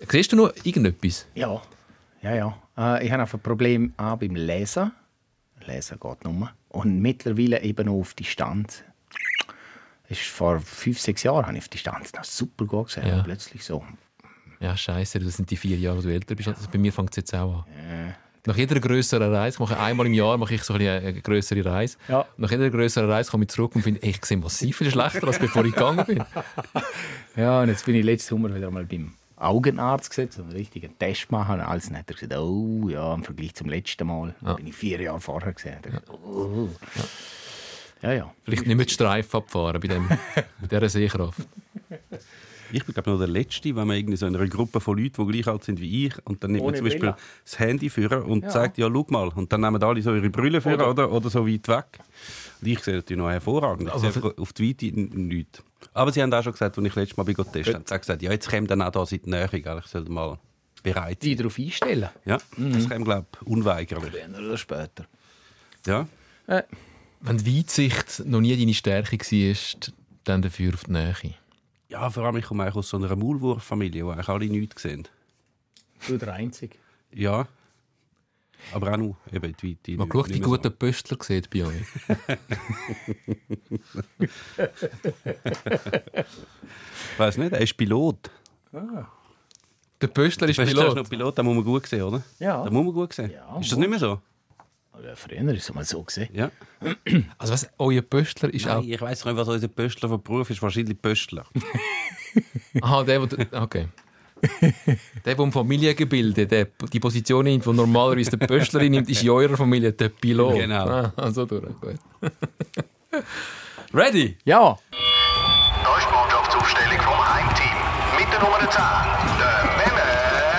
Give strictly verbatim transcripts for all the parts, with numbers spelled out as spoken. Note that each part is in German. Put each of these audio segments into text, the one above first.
Siehst du noch irgendetwas? Ja, ja, ja. Äh, ich habe einfach ein Problem auch beim Lesen. Lesen geht nur. Und mittlerweile eben auch auf Distanz. Ist vor fünf, sechs Jahren habe ich auf Distanz noch super gut gesehen. Ja. Plötzlich so. Ja, scheiße, das sind die vier Jahre, wo du älter bist. Also bei mir fängt es jetzt auch an. Äh. Nach jeder grösseren Reise, mache ich einmal im Jahr mache ich so ein bisschen eine grössere Reise. Ja. Nach jeder grösseren Reise komme ich zurück und finde, ich sehe massiv viel schlechter, als bevor ich gegangen bin. Ja, und jetzt bin ich letzten Sommer wieder mal beim Augenarzt gesetzt, einen richtigen Test machen. Und alles. Und hat er gesagt, oh ja, im Vergleich zum letzten Mal ja. bin ich vier Jahre vorher gesehen. Ja. Oh. Ja. Ja, ja. Vielleicht nicht mit Streifen abfahren bei, dem, bei dieser Sehkraft. Ich bin glaube noch der Letzte, wenn man irgendwie so in einer Gruppe von Leuten, die gleich alt sind wie ich, und dann nimmt man Ohne zum Beispiel Brille. das Handy führen und Ja. sagt, ja, schau mal. Und dann nehmen alle so ihre Brille führen oder, oder, oder so weit weg. Und ich sehe natürlich noch hervorragend. Ich Aber sehe auf die Weite nichts. Aber sie haben auch schon gesagt, als ich letztes Mal bei Gott testet habe, sie haben gesagt, ja, jetzt kommt dann auch da seit der Nähe, gell? Ich sollte mal bereit Die sein. darauf einstellen. Ja, mhm. Das kommt, glaube ich, unweigerlich. Früher oder später. Ja. Äh. Wenn die Weitsicht noch nie deine Stärke war, dann dafür auf die Nähe. Ja, vor allem, ich komme eigentlich aus so einer Maulwurf-Familie, wo eigentlich alle nichts sehen. Du der Einzige. Ja. Aber auch noch eben die Weite. Mal geschaut, wie gut der Pöstler sieht bei euch. Ich weiss nicht, er ist Pilot. Ah. Der Pöstler ist Der Pöstler Pilot. ist noch Pilot, den muss man gut sehen, oder? Ja. Den muss man gut sehen. Ja, ist das nicht mehr so? Ja, früher war es mal so gesehen. Ja. Also was, euer Pöstler ist Nein, auch... ich weiss nicht, was unser Pöstler für Beruf ist. Wahrscheinlich Pöstler. Aha, der, der... Okay. Der, der im Familiengebilde der, die Position nimmt, die normalerweise der Pöstler nimmt, ist in eurer Familie der Pilot. Genau. Ah, also durch. Gut. Ready? Ja. Da ist die Mannschaftsaufstellung vom Heimteam. Mit der Nummer zehn, der Memme.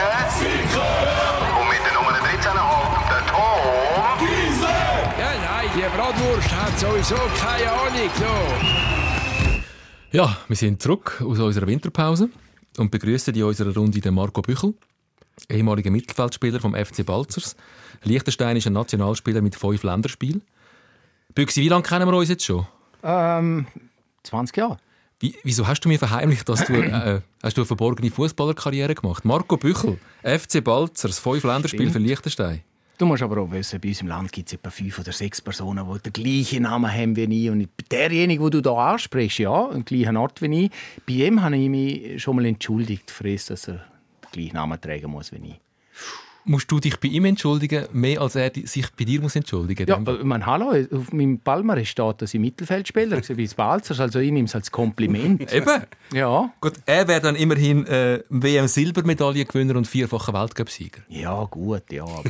Und mit der Nummer dreizehn Komma fünf, der Tom. Ja, nein, die Bratwurst hat sowieso keine Ahnung. So. Ja, wir sind zurück aus unserer Winterpause und begrüßen in unserer Runde den Marco Büchel, ehemaliger Mittelfeldspieler vom F C Balzers, liechtensteinischer Nationalspieler mit fünf Länderspielen. Büchsi, wie lange kennen wir uns jetzt schon? Ähm, zwanzig Jahre. Wie, wieso hast du mir verheimlicht, dass du, äh, hast du eine verborgene Fußballerkarriere gemacht? Marco Büchel, F C Balzers, fünf Länderspiele für Liechtenstein. Du musst aber auch wissen, bei uns im Land gibt es etwa fünf oder sechs Personen, die den gleichen Namen haben wie ich. Und derjenige, den du hier ansprichst, ja, den gleichen Ort wie ich, bei ihm habe ich mich schon mal entschuldigt, für das, dass er den gleichen Namen tragen muss wie ich. Musst du dich bei ihm entschuldigen, mehr als er sich bei dir muss entschuldigen? Ja, ich meine, hallo, auf meinem Palmarès steht, dass ich Mittelfeldspieler war, wie es Balzers, also ich nehme es als Kompliment. Eben. Ja. Gut, er wäre dann immerhin äh, W M-Silbermedaillengewinner und vierfacher Weltcup-Sieger. Ja, gut, ja, aber...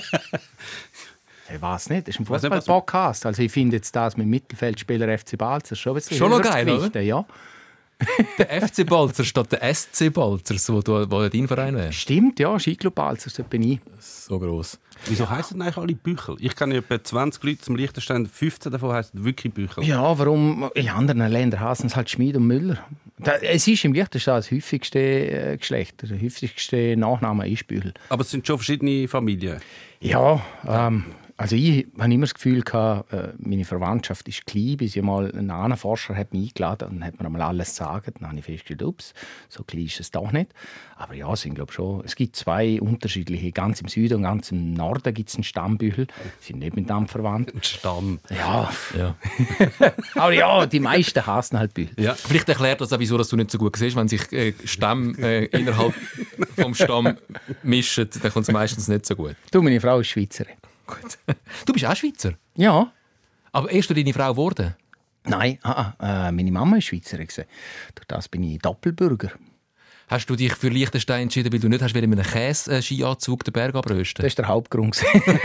Ich weiß nicht, das ist ein Fußball-Podcast. Also ich finde jetzt das mit Mittelfeldspieler F C Balzers schon, Schon noch geil, oder? Ja. Der F C Balzers statt der S C Balzers, wo, du, wo dein Verein wäre. Stimmt, ja, Skiclub Balzers, das bin ich. So gross. Wieso heissen eigentlich alle Büchel? Ich kenne etwa zwanzig Leute zum Liechtenstein, fünfzehn davon heissen wirklich Büchel. Ja, warum? In anderen Ländern heißen es halt Schmid und Müller. Da, es ist im Liechtenstein das häufigste äh, Geschlecht. Der häufigste Nachname ist Büchel. Aber es sind schon verschiedene Familien. Ja, ähm, also ich habe immer das Gefühl gehabt, äh, meine Verwandtschaft ist klein, bis ich mal einen Ahnenforscher hat mich eingeladen und hat mir einmal alles gesagt. Dann habe ich festgestellt, ups, so klein ist es doch nicht. Aber ja, es sind, glaube schon, es gibt zwei unterschiedliche. Ganz im Süden und ganz im Norden gibt es einen Stammbüchel. Die sind nicht miteinander verwandt. Ein Stamm. Ja, Ja. aber ja, die meisten hassen halt Büchel. Ja. Vielleicht erklärt das auch, wieso dass du nicht so gut siehst. Wenn sich äh, Stämme äh, innerhalb vom Stamm mischen, dann kommt es meistens nicht so gut. Du, meine Frau ist Schweizerin. Gut. Du bist auch Schweizer? Ja. Aber erst durch deine Frau geworden? Nein, ah, ah, äh, meine Mama war Schweizerin. Durch das bin ich Doppelbürger. Hast du dich für Liechtenstein entschieden, weil du nicht hast mit einem Käse-Skianzug den Berg abrösten? Das war der Hauptgrund.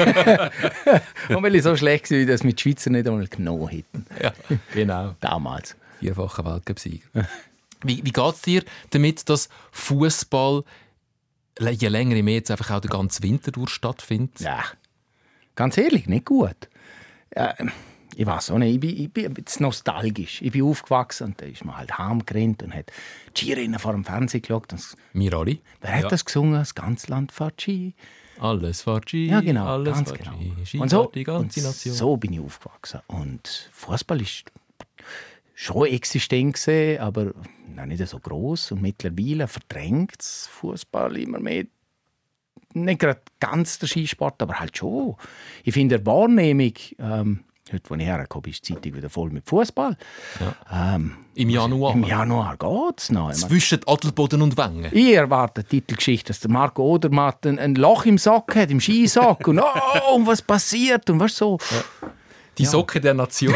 Und weil ich so schlecht war, dass wir die Schweizer nicht einmal genommen hätten. Ja, genau. Damals. Vierfacher Weltcup-Sieger. Wie, wie geht es dir damit, dass Fußball je länger je mehr jetzt einfach auch den ganzen Winter durch stattfindet? Ja, ganz ehrlich, nicht gut. Ja, ich weiß auch nicht, ich bin, ich bin ein bisschen nostalgisch. Ich bin aufgewachsen und da ist man halt heimgerannt und hat die Skirennen vor dem Fernsehen geschaut. Und Wir alle? wer hat Ja. das gesungen? Das ganze Land fährt Ski. Alles fährt Ski, Ja, genau, alles ganz fährt genau. Ski, Ski Und so, fährt die ganze und Nation. so bin ich aufgewachsen. Und Fußball ist... schon existent gewesen, aber nicht so groß. Und mittlerweile verdrängt das Fußball immer mehr. Nicht gerade ganz der Skisport, aber halt schon. Ich finde, der Wahrnehmung, ähm, heute, wo ich herkomme, ist die Zeitung wieder voll mit Fußball. Ja. Ähm, Im Januar? Im Januar geht es noch. Zwischen Adelboden und Wengen? Ich erwarte die Titelgeschichte, dass der Marco Odermatt ein, ein Loch im Sack hat, im Skisack. Und oh, und was passiert? Und was so. Ja. Die Socke der Nation.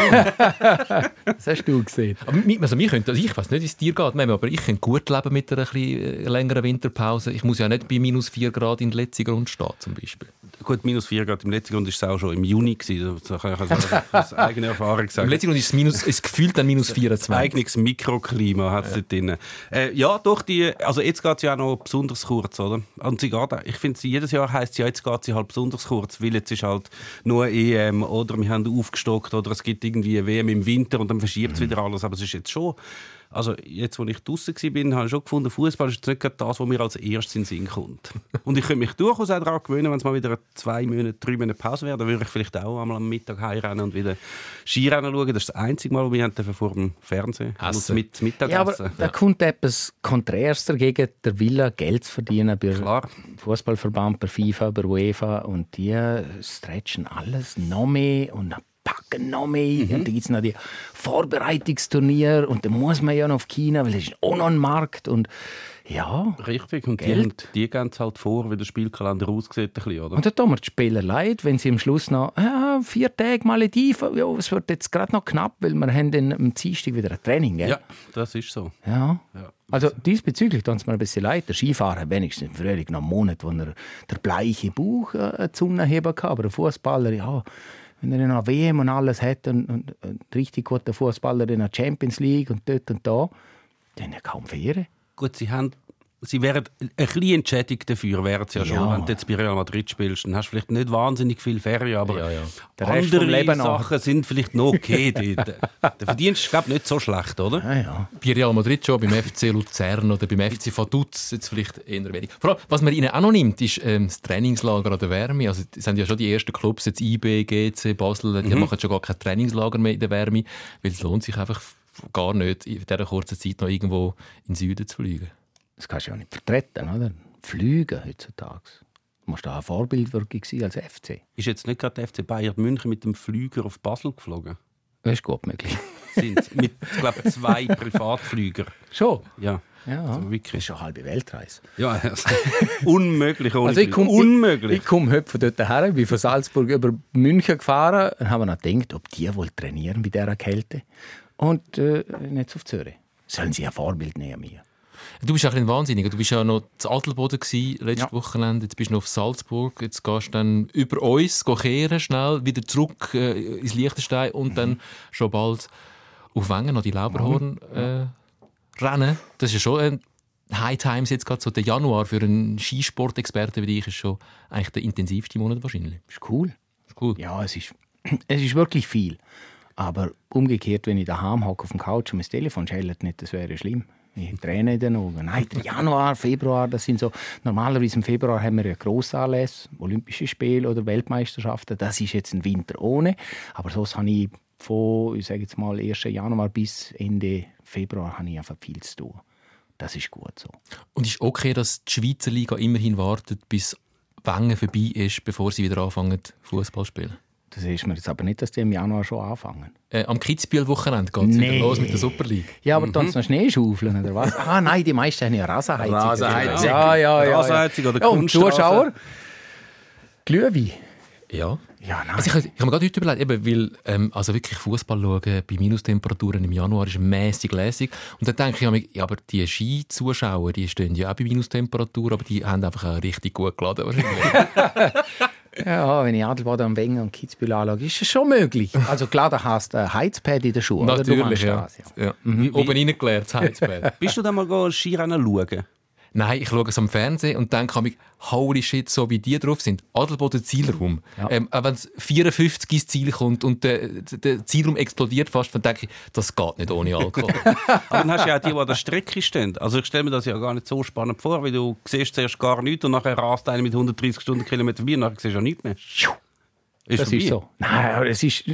Das hast du gesehen. Aber, also, wir können, also ich weiß nicht, wie es dir geht, aber ich kann gut leben mit einer etwas längeren Winterpause. Ich muss ja nicht bei minus vier Grad in der letzten Grund stehen, zum Beispiel. Gut, minus vier Grad im letzten Grund war es auch schon im Juni. Das kann ich also aus eigener Erfahrung sagen. Im letzten Grund ist es, minus, ist gefühlt dann minus vierundzwanzig. Eigenes Mikroklima hat es ja dort drin. Äh, ja, doch, die, also jetzt geht es ja auch noch besonders kurz, oder? Und sie geht, ich finde, jedes Jahr heisst es ja, jetzt geht sie halt besonders kurz, weil jetzt ist halt nur E M oder wir haben aufgestockt oder es gibt irgendwie eine W M im Winter und dann verschiebt es wieder alles. Aber es ist jetzt schon, also jetzt, als ich draussen war, habe ich schon gefunden, Fußball ist nicht gerade das, was mir als erstes in den Sinn kommt. Und ich könnte mich durchaus auch daran gewöhnen, wenn es mal wieder zwei Monate, drei Monate Pause wäre, dann würde ich vielleicht auch einmal am Mittag heimrennen und wieder Skirennen schauen. Das ist das einzige Mal, wo wir vor dem Fernsehen mit Mittagessen. Ja, aber da kommt etwas Konträres dagegen, der Wille, Geld zu verdienen bei Klar. Fußballverband, bei FIFA, bei UEFA und die stretchen alles noch mehr und packen noch mehr. Mhm. Und dann gibt es noch die Vorbereitungsturniere und dann muss man ja noch auf China, weil es ist auch noch ein Markt und ja, richtig. Und Geld. die, die gehen es halt vor, wie der Spielkalender aussieht. Ein bisschen, oder? Und da tun mir die Spieler leid, wenn sie am Schluss noch ah, vier Tage Malediven, ja, es wird jetzt gerade noch knapp, weil wir haben dann am Dienstag wieder ein Training. Gell? Ja, das ist so. Ja. Ja. Also diesbezüglich tut es mir ein bisschen leid. Der Skifahrer hat wenigstens im Frühling noch einen Monat, wo er der bleiche Bauch äh, zu heben kann. Aber der Fußballer, ja, wenn er noch W M und alles hat und, und, und richtig guter Fußballer in der Champions League und dort und da, dann ja kaum Ferien. Gut, sie haben Sie wären ein bisschen entschädigt dafür, wären sie ja schon. Ja. Wenn du jetzt bei Real Madrid spielst, dann hast du vielleicht nicht wahnsinnig viel Ferien, aber ja, ja. Der Rest vom andere Leben Sachen sind vielleicht noch okay dort. Der Verdienst ist, glaube ich, nicht so schlecht, oder? Ja, ja. Bei Real Madrid schon, beim F C Luzern oder beim F C Vaduz jetzt vielleicht eher wenig. Vor allem, was man ihnen auch noch nimmt, ist ähm, das Trainingslager an der Wärme. Also, es sind ja schon die ersten Clubs, jetzt I B, G C, Basel, die mhm. machen schon gar kein Trainingslager mehr in der Wärme, weil es lohnt sich einfach gar nicht, in dieser kurzen Zeit noch irgendwo in den Süden zu fliegen. Das kannst du ja nicht vertreten, oder? Fliegen heutzutage. Du musst da eine Vorbildwirkung sein als F C. Ist jetzt nicht gerade der F C Bayern München mit dem Flüger auf Basel geflogen? Das ist gut möglich. Sind mit, glaube ich, zwei Privatflüger. Schon? Ja. Ja, also wirklich. das ist eine halbe Weltreise. Ja, also, unmöglich ohne Also ich komm, Unmöglich. Ich, ich komme heute von dort her, bin von Salzburg über München gefahren und habe mir gedacht, ob die wohl trainieren bei dieser Kälte. Und äh, nicht auf Zürich. Sollen sie ein Vorbild nehmen mir? Du bist auch ein Wahnsinniger. Du bist ja noch zu Adelboden gsi letztes Ja. Wochenende. Jetzt bist du noch auf Salzburg. Jetzt gehst du dann über uns kehren, schnell wieder zurück äh, ins Liechtenstein und mhm. dann schon bald auf Wengen noch die Lauberhorn äh, rennen. Das ist ja schon ein High Times jetzt gerade so. Der Januar für einen Skisportexperten wie dich ist schon eigentlich der intensivste Monat wahrscheinlich. Ist cool. Ist cool. Ja, es ist, es ist wirklich viel. Aber umgekehrt, wenn ich daheim hocke auf dem Couch und mein Telefon schellt nicht, das wäre schlimm. Ich träne in den Augen. Nein, der Januar, Februar, das sind so. Normalerweise im Februar haben wir ja Grossanlässe, Olympische Spiele oder Weltmeisterschaften. Das ist jetzt ein Winter ohne. Aber sonst habe ich von, ich sage jetzt mal, ersten Januar bis Ende Februar habe ich einfach viel zu tun. Das ist gut so. Und ist okay, dass die Schweizer Liga immerhin wartet, bis Wengen vorbei ist, bevor sie wieder anfangen, Fußball zu spielen? Das ist mir jetzt aber nicht, dass die im Januar schon anfangen. Äh, am Kitzbühel-Wochenende geht es Nee. wieder los mit der Super League. Ja, aber mhm. dann noch Schnee schaufeln, oder was? Ah nein, die meisten haben ja Rasenheizung. Rasenheizung. Ja, ja, ja. ja. Rasenheizung oder Ja, und Kunststraße. Zuschauer? Glühwein. Ja. Ja, nein. Also ich, ich habe mir gerade heute überlegt, eben, weil ähm, also wirklich Fußball schauen bei Minustemperaturen im Januar ist mäßig lässig. Und dann denke ich mir, ja, aber die Ski-Zuschauer, die stehen ja auch bei Minustemperaturen, aber die haben einfach auch richtig gut geladen wahrscheinlich. Ja, wenn ich Adelboden am Wengen und Kitzbühel anschaue, ist es schon möglich. Also klar, da hast du ein Heizpad in der Schuhe. oder? Du Natürlich, meinst ja. das, ja. ja. Mhm. Oben reingeleert, das Heizbett. Bist du da mal go Skirennen schauen? Nein, ich schaue es am Fernsehen und denke mir, holy shit, so wie die drauf sind. Adelboden Zielraum. Ja. Ähm, auch wenn es vierundfünfzig ins Ziel kommt und der, der Zielraum explodiert fast, dann denke ich, das geht nicht ohne Alkohol. Aber dann hast du ja auch die, die an der Strecke stehen. Also ich stelle mir das ja gar nicht so spannend vor, weil du siehst zuerst gar nichts und nachher rast einer mit hundertdreissig Stundenkilometer vorbei und nachher siehst du ja nichts mehr. Ist Das vorbei. ist so. Nein, aber es ist,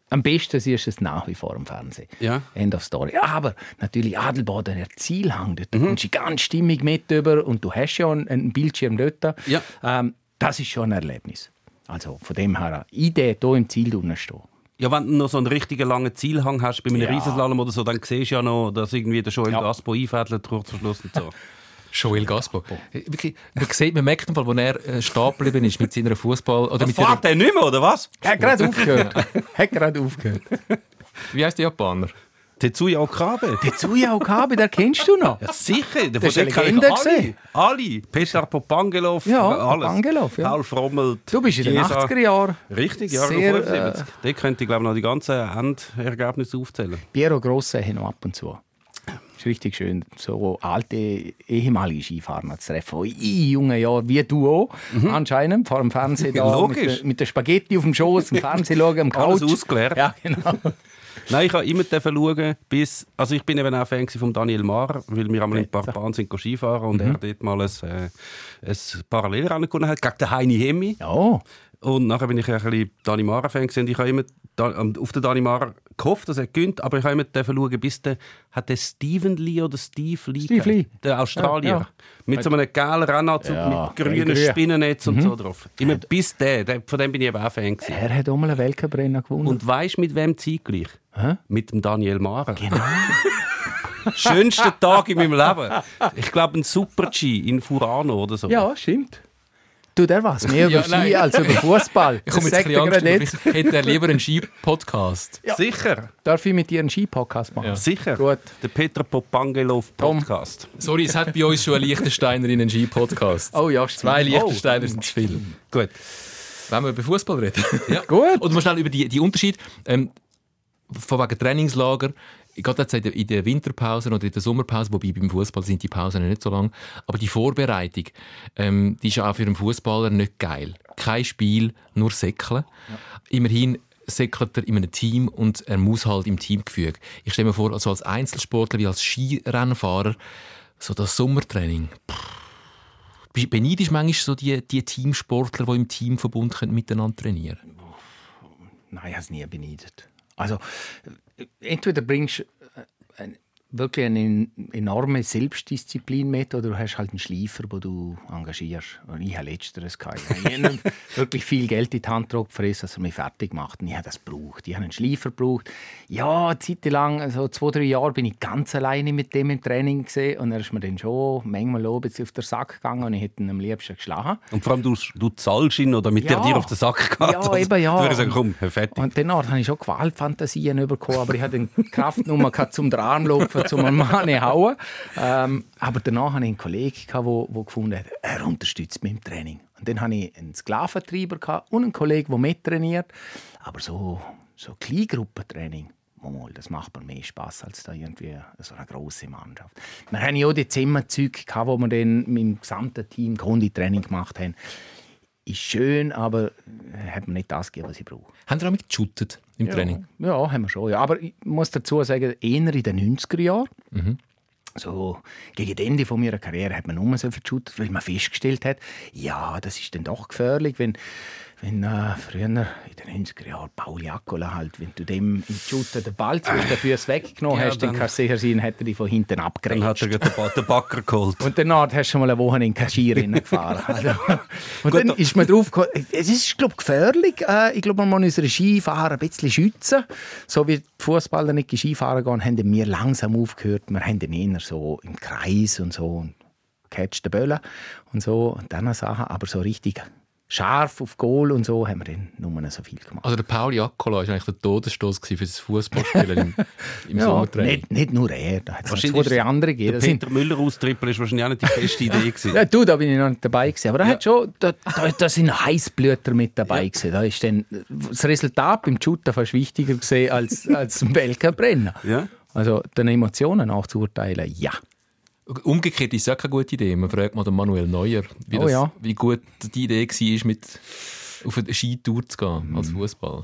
Am besten siehst du es nach wie vor im Fernsehen. Ja. End of Story. Aber natürlich Adelboden, der Zielhang, dort mhm. kommst du ganz stimmig mit über und du hast ja einen, einen Bildschirm dort. Ja. Ähm, das ist schon ein Erlebnis. Also von dem her eine Idee, hier im Ziel drinnen stehen. Ja, wenn du noch so einen richtigen langen Zielhang hast, bei einem Ja. Riesenslalom oder so, dann siehst du ja noch, dass irgendwie der Joel Ja. Gaspo einfädelt kurz vor Schluss und so. Joel Gaspo. Wirklich, man sieht, man merkt, wo er äh, stehen geblieben ist mit seiner Fußball oder Was, mit fährt der nicht mehr, oder was? Er hat gerade aufgehört. hat gerade aufgehört. Wie heißt der Japaner? Tetsuya Okabe. Tetsuya Okabe, den kennst du noch? Ja, sicher. Das ist Von eine dem kann ich Legende alle. gewesen. Alle. Petar Popangelov. Ja, alles. Popangelov, ja. Paul Frommelt. Du bist in den Chiesa. achtziger Jahren. Richtig, ja, Sehr, fünfundsiebzig. Äh, Dort könnte ich glaube noch die ganzen Endergebnisse aufzählen. Piero Grosse haben noch ab und zu. Das ist richtig schön, so alte ehemalige Skifahrer zu treffen. In jungen Jahren, wie du auch, mhm. anscheinend, vor dem Fernsehen da, Logisch. mit, der, mit der Spaghetti auf dem Schoß, im Fernsehen schauen, am Couch. Alles ausgelernt. Ja, genau. Nein, ich habe immer schauen, bis... Also ich bin eben auch Fan von Daniel Mar, weil wir einmal in Parpan sind Skifahren und mhm. er dort mal ein, äh, ein Parallelrennen gewonnen hat, gegen den Heini Hemmi. Ja. Und nachher bin ich ein bisschen Dani Mara-Fan und ich habe immer auf den Dani Mara gehofft, dass er gewinnt, aber ich habe immer schauen, bis der, hat der Steven Lee oder Steve Lee, Steve Lee. der Australier, Ja, ja. mit so einem gelben Rennanzug Ja, mit grünen grün. Spinnennetz und Mhm. so drauf. Immer bis der, der, von dem bin ich eben auch Fan gewesen. Er hat auch mal einen Weltcuprennen gewonnen. Und weisst du, mit wem zeitgleich? Hä? Mit dem Daniel Mara. Genau. Schönster Tag in meinem Leben. Ich glaube, ein Super-G in Furano oder so. Ja, stimmt. Du, der was mehr über Ja, Ski nein. als über Fußball. Ich komme jetzt ein bisschen Angst, aber vielleicht hätte er lieber einen Ski-Podcast. Ja. Sicher, Darf ich mit dir einen Ski-Podcast machen? Ja. sicher. Gut. Der Peter Popangelov Podcast. Sorry, es hat bei uns schon einen Liechtensteiner in einen Ski-Podcast. Oh ja, stimmt. Zwei Oh. Liechtensteiner sind zu viel. Gut. Wenn wir über Fußball reden. Ja. Gut. Und mal schnell über die, die Unterschiede. Ähm, von wegen Trainingslager. Gerade jetzt in der- in der Winterpause oder in der Sommerpause, wobei beim Fußball sind die Pausen nicht so lang. Aber die Vorbereitung, ähm, die ist ja auch für einen Fußballer nicht geil. Kein Spiel, nur Säckeln. Ja. Immerhin säckelt er in einem Team und er muss halt im Teamgefüge. Ich stelle mir vor, also als Einzelsportler wie als Skirennfahrer, so das Sommertraining. Pff. Beneidest du manchmal so die, die Teamsportler, die im Teamverbund können miteinander trainieren können? Nein, ich habe es nie beneidet. Also, äh, entweder bringst du äh, ein, wirklich eine enorme Selbstdisziplin mit oder du hast halt einen Schleifer, den du engagierst. Und ich habe Letzteres gehabt. Ich habe wirklich viel Geld in die Hand gefressen, dass er mich fertig macht. Und ich habe das gebraucht. Ich habe einen Schleifer gebraucht. Ja, eine Zeit lang, also zwei, drei Jahre, bin ich ganz alleine mit dem im Training gesehen. Und er ist mir dann schon manchmal auf den Sack gegangen und ich hätte ihn am liebsten geschlagen. Und vor allem, du, du zahlst ihn, oder mit Ja. der dir auf den Sack geht. Ja, eben, ja. Du würdest sagen, komm, fertig. Und danach habe ich schon Gewaltfantasien bekommen, aber ich hatte die Kraft nur gehabt, zum den Arm laufen, zum einen Mann zu hauen. Ähm, aber danach hatte ich einen Kollegen, der gefunden hat, er unterstützt mich im Training. Und dann hatte ich einen Sklaventreiber gehabt und einen Kollegen, der mittrainiert. Aber so, so Kleingruppentraining, mal, das macht mir mehr Spass als da irgendwie so eine grosse Mannschaft. Wir hatten ja auch die Zimmerzüge, wo wir dann mit dem gesamten Team Konditraining gemacht haben. Ist schön, aber hat mir nicht das gegeben, was ich brauche. Haben Sie auch mitgeshootet im Ja. Training? Ja, haben wir schon. Ja. Aber ich muss dazu sagen, eher in den neunziger Jahren. Mhm. So, gegen das Ende von meiner Karriere hat man nur so verschuttet, weil man festgestellt hat, ja, das ist dann doch gefährlich, wenn, wenn äh, früher in den neunziger Jahren Paul Jakola halt, wenn du dem im Shooter den Ball zwischen den Füßen weggenommen Ja, hast, dann dann- kann es sicher sein, hat er dich von hinten Dann abgerätscht. hat er gerade den Ba- den Backer geholt. Und danach hast du schon mal eine Woche in Skirennen gefahren. Also, und dann ist man drauf gekommen, es ist, glaube ich, gefährlich. Äh, ich glaube, man muss unsere Skifahrer ein bisschen schützen. So wie die Fußballer nicht Skifahren gehen, haben wir langsam aufgehört. Wir haben den eher so im Kreis und so und catch den Böllen und so und dann Sachen. Aber so richtig scharf auf Goal und so haben wir dann nur noch so viel gemacht. Also der Paul Jakola war eigentlich der Todesstoß für das Fußballspielen im, im Ja, Sommertraining. nicht, nicht nur er, da hat es noch Wahrscheinlich zwei, drei andere Der gegeben. Das sind- Peter Müller austrippeln ist wahrscheinlich auch nicht die beste Idee gewesen. Ja, du, da bin ich noch nicht dabei gewesen. Aber da, hat schon, da, da, da sind Heißblüter mit dabei Ja. gewesen. Da ist dann das Resultat beim Shooter fast wichtiger gewesen als, als im Weltcuprennen. Ja? Also den Emotionen nachzuurteilen, ja. Umgekehrt ist es auch keine gute Idee. Man fragt mal den Manuel Neuer, wie, Oh das, ja. wie gut die Idee war, mit auf eine Skitour zu gehen Mhm. als Fußballer.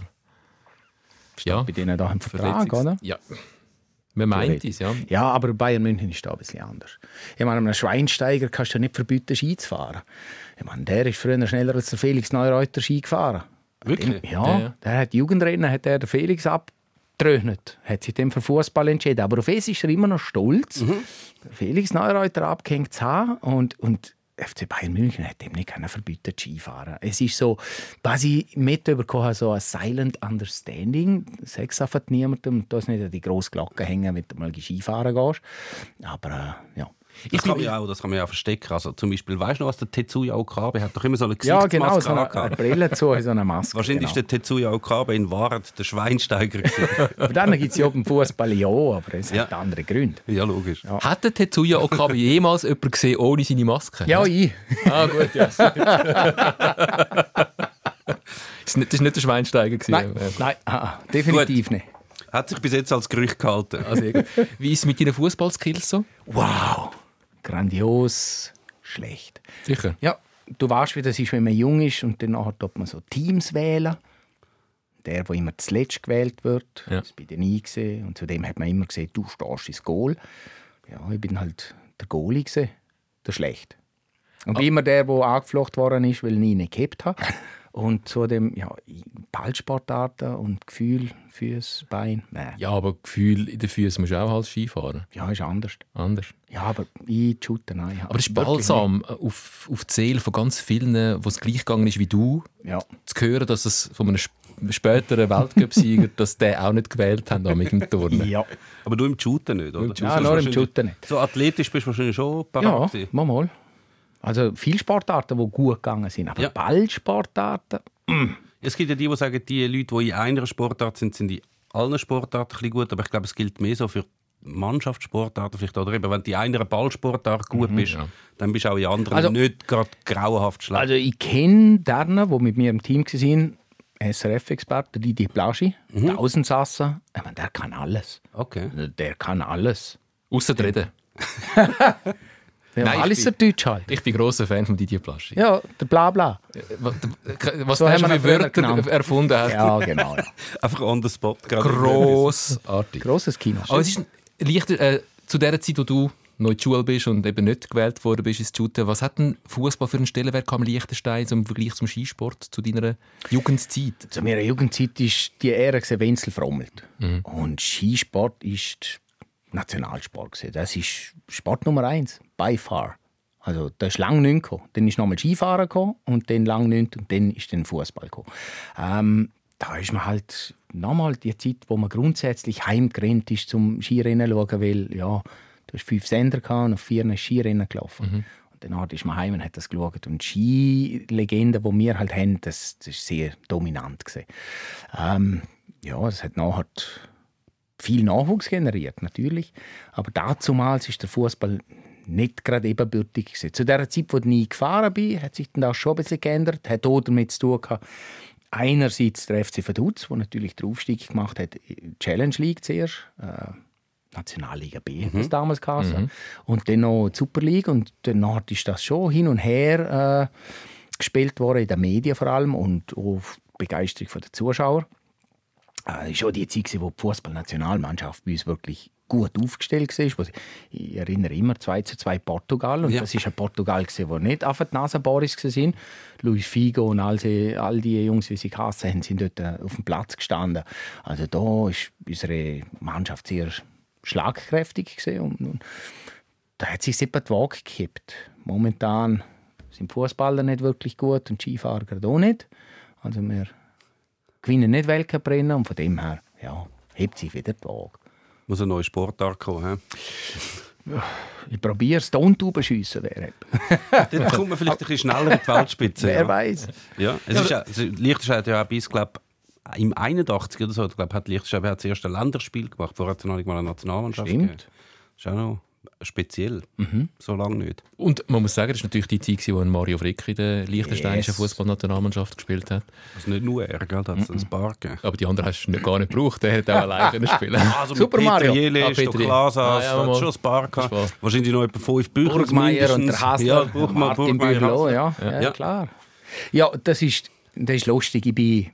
Ja, Bei denen da im Vertrag, Verletzungs- oder? Ja. Man meint es, ja. Ja, aber Bayern München ist da ein bisschen anders. Ich meine, einem Schweinsteiger kannst du ja nicht verbieten, Ski zu fahren. Ich meine, der ist früher schneller als der Felix Neureuter Ski gefahren. Wirklich? Ja, Ja, ja. der hat Jugendrennen, hat er den Felix abgetröhnt, hat sich dann für Fußball entschieden. Aber auf es ist er immer noch stolz, Mhm. Felix Neureuter abgehängt zu haben. Und, und F C Bayern München hat dem nicht verbieten Skifahren. Es ist so, was ich mitbekommen habe, so ein silent understanding. Sex einfach niemandem, da ist nicht die grosse Glocke hängen, wenn du mal Skifahren gehst. Aber äh, ja. Das kann, man ja auch, das kann man ja auch verstecken. Also, zum Beispiel, weißt du noch, was der Tetsuya Okabe hat? Doch immer so eine Ja, Gesichtsmaske genau, so eine, angehabt. eine Brille zu, so eine Maske. Wahrscheinlich genau. ist der Tetsuya Okabe in Wahrheit der Schweinsteiger gewesen. Aber dann gibt es ja beim Fußball ja auch, aber es Ja. hat andere Gründe. Ja, logisch. Ja. Hat der Tetsuya Okabe jemals jemanden gesehen ohne seine Maske? Ja, ich. Ah, gut, ja. Das ist nicht, das ist nicht der Schweinsteiger gewesen. Nein, nein ah, definitiv nicht. Hat sich bis jetzt als Gerücht gehalten. Also, wie ist es mit deinen Fußballskills so? Wow, grandios schlecht. Sicher. Ja, du weißt, wie das ist, wenn man jung ist und dann tut man so Teams wählen. Der, der immer zuletzt gewählt wird, Ja. das bin ich nie gesehen. Und zudem hat man immer gesehen, du stehst ins Goal. Ja, ich bin halt der Goalie gewesen, der schlecht. Und wie immer der, der angeflochten worden ist, weil ich nie nicht gehabt habe. Und zudem, ja, Ballsportarten und Gefühl fürs Bein, nein. Ja, aber Gefühl in den Füßen musst du auch als Skifahren. Ja, ist anders. Anders. Ja, aber ich shoote, nein. Aber es ist balsam auf, auf die Seele von ganz vielen, wo es gleich gegangen ist wie du, Ja. zu hören, dass es von einem sp- späteren Weltcup-Sieger, dass der auch nicht gewählt haben mit dem Turnen. Ja, Aber du im Shooten nicht, oder? ja nur im Shooten nicht. So athletisch bist du wahrscheinlich schon Ja, parat gewesen. mal mal. Also viele Sportarten, die gut gegangen sind, aber Ja. Ballsportarten, Es gibt ja die, die sagen, die Leute, die in einer Sportart sind, sind in allen Sportarten ein bisschen gut. Aber ich glaube, es gilt mehr so für Mannschaftssportarten vielleicht. Oder eben, wenn du in einer Ballsportart gut bist, ja. dann bist du auch in anderen Also- nicht gerade grauenhaft schlecht. also ich kenne deren, die mit mir im Team waren, S R F-Experte, Didier Plaschi, Tausendsasser, ich meine, der kann alles. okay. Der kann alles. Ausser reden. Der Nein, ich alles bin- der Deutsch halt. Ich bin grosser Fan von Didier Plaschi. Ja, der Blabla. Was, was So der haben schon wir für ihn früher Wörter genannt. erfunden hat. Ja, genau. Ja. Einfach on the spot. gerade. Grossartig. Grosses Kino. Aber es ist ein leichter, äh, zu der Zeit, wo du noch in der Schule bist und eben nicht gewählt worden bist ins Shooten, was hat denn Fußball für einen Stellenwert am Liechtenstein im Vergleich zum Skisport, zu deiner Jugendzeit? Zu meiner Jugendzeit war die Ära Wenzel Frommelt. Und Skisport ist Nationalsport gewesen. Das ist Sport Nummer eins, by far. Also da ist lange nicht gekommen. Dann ist nochmal Skifahren gekommen und dann lang nicht und dann ist dann Fußball gekommen. Ähm, da ist man halt nochmal die Zeit, wo man grundsätzlich heimgerannt ist zum Skirennen schauen, weil ja, du hast fünf Sender gehabt und auf vier ist Skirennen gelaufen. Und dann ist man heim und hat das geschaut. Und Skilegenden, die wir halt haben, das, das ist sehr dominant gewesen. Ähm, ja, das hat nachher viel Nachwuchs generiert, natürlich. Aber dazumals ist der Fußball nicht gerade ebenbürtig gewesen. Zu der Zeit, wo ich nie gefahren bin, hat sich dann das schon ein bisschen geändert. Hat auch damit zu tun gehabt, einerseits der F C Vaduz, der natürlich den Aufstieg gemacht hat, Challenge League zuerst, äh, Nationalliga B, mhm. das damals geheißen, mhm. und dann noch die Super League. Und danach ist das schon hin und her äh, gespielt worden, in den Medien vor allem, und auch die Begeisterung der Zuschauer. Es war schon die Zeit, wo die Fußballnationalmannschaft bei uns wirklich gut aufgestellt war. Ich erinnere immer zwei zu zwei Portugal. Und ja. das war ein Portugal, das nicht auf die Nase Boris war. Luis Figo und all die, all die Jungs, wie sie geheißen haben, sind dort auf dem Platz gestanden. Also da war unsere Mannschaft sehr schlagkräftig gewesen. Und, und da hat sich etwa die Waage gekippt. Momentan sind Fußballer nicht wirklich gut und Skifahrer gerade auch nicht. Also wir gewinnen nicht Weltcuprennen und von dem her ja, hebt sich wieder die Waage. Muss eine neue Sportart kommen. He? Ich probiere es, Tontauben schiessen wäre. Dann kommt man vielleicht ein bisschen schneller in die Weltspitze. Wer ja. weiß. Ja, es ist ja, also Liechtenstein hat ja auch bis, glaub, im einundachtzig oder so, glaub, hat Liechtenstein das erste Länderspiel gemacht. Vorher hat es noch nicht mal eine Nationalmannschaft Stimmt. gegeben. Das ist auch noch speziell. Mhm. So lange nicht. Und man muss sagen, das war natürlich die Zeit, wo Mario Frick in der liechtensteinischen Yes. Fußballnationalmannschaft gespielt hat. Also nicht nur er, gell? Da hat es ein paar gegeben. Aber die anderen hast du nicht- gar nicht gebraucht. Der hätte auch alleine können spielen. Also Super mit Mario. Peter Jele, Ah, Peter Stoklasas, Ah, ja, ja, mal. schon ein paar Das gehabt. ist wahr. Wahrscheinlich noch etwa fünf Bücher Burgmeier und der Hassler, Ja, Burgmeier, Martin Burgmeier, Bühlo, Hassler. ja, ja, Ja. klar. Ja, das ist, das ist lustig. Ich bin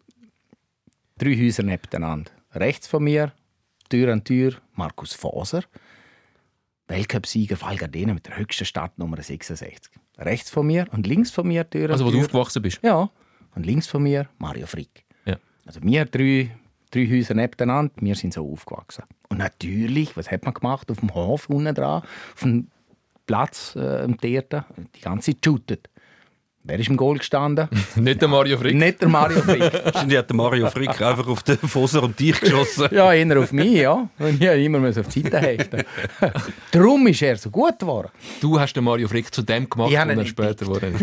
drei Häuser nebeneinander. Rechts von mir, Tür an Tür, Markus Faser, Weltcup-Sieger Val Gardena mit der höchsten Startnummer sechsundsechzig. Rechts von mir und links von mir, Tür an Also, wo Tür. du aufgewachsen bist. Ja, und links von mir Mario Frick. Ja. Also wir drei, drei Häuser nebeneinander, wir sind so aufgewachsen. Und natürlich, was hat man gemacht? Auf dem Hof unten dran, auf dem Platz äh, im Theater, die ganze Zeit geshootet. Wer ist im Goal gestanden? Nicht der Mario Frick. Nicht der Mario Frick. Wahrscheinlich hat der Mario Frick einfach auf den Fosser und dich geschossen. Ja, eher auf mich, ja. Und ich musste immer auf die Seite hechten. Darum ist er so gut geworden. Du hast den Mario Frick zu dem gemacht, Ich und habe ihn er später wurde.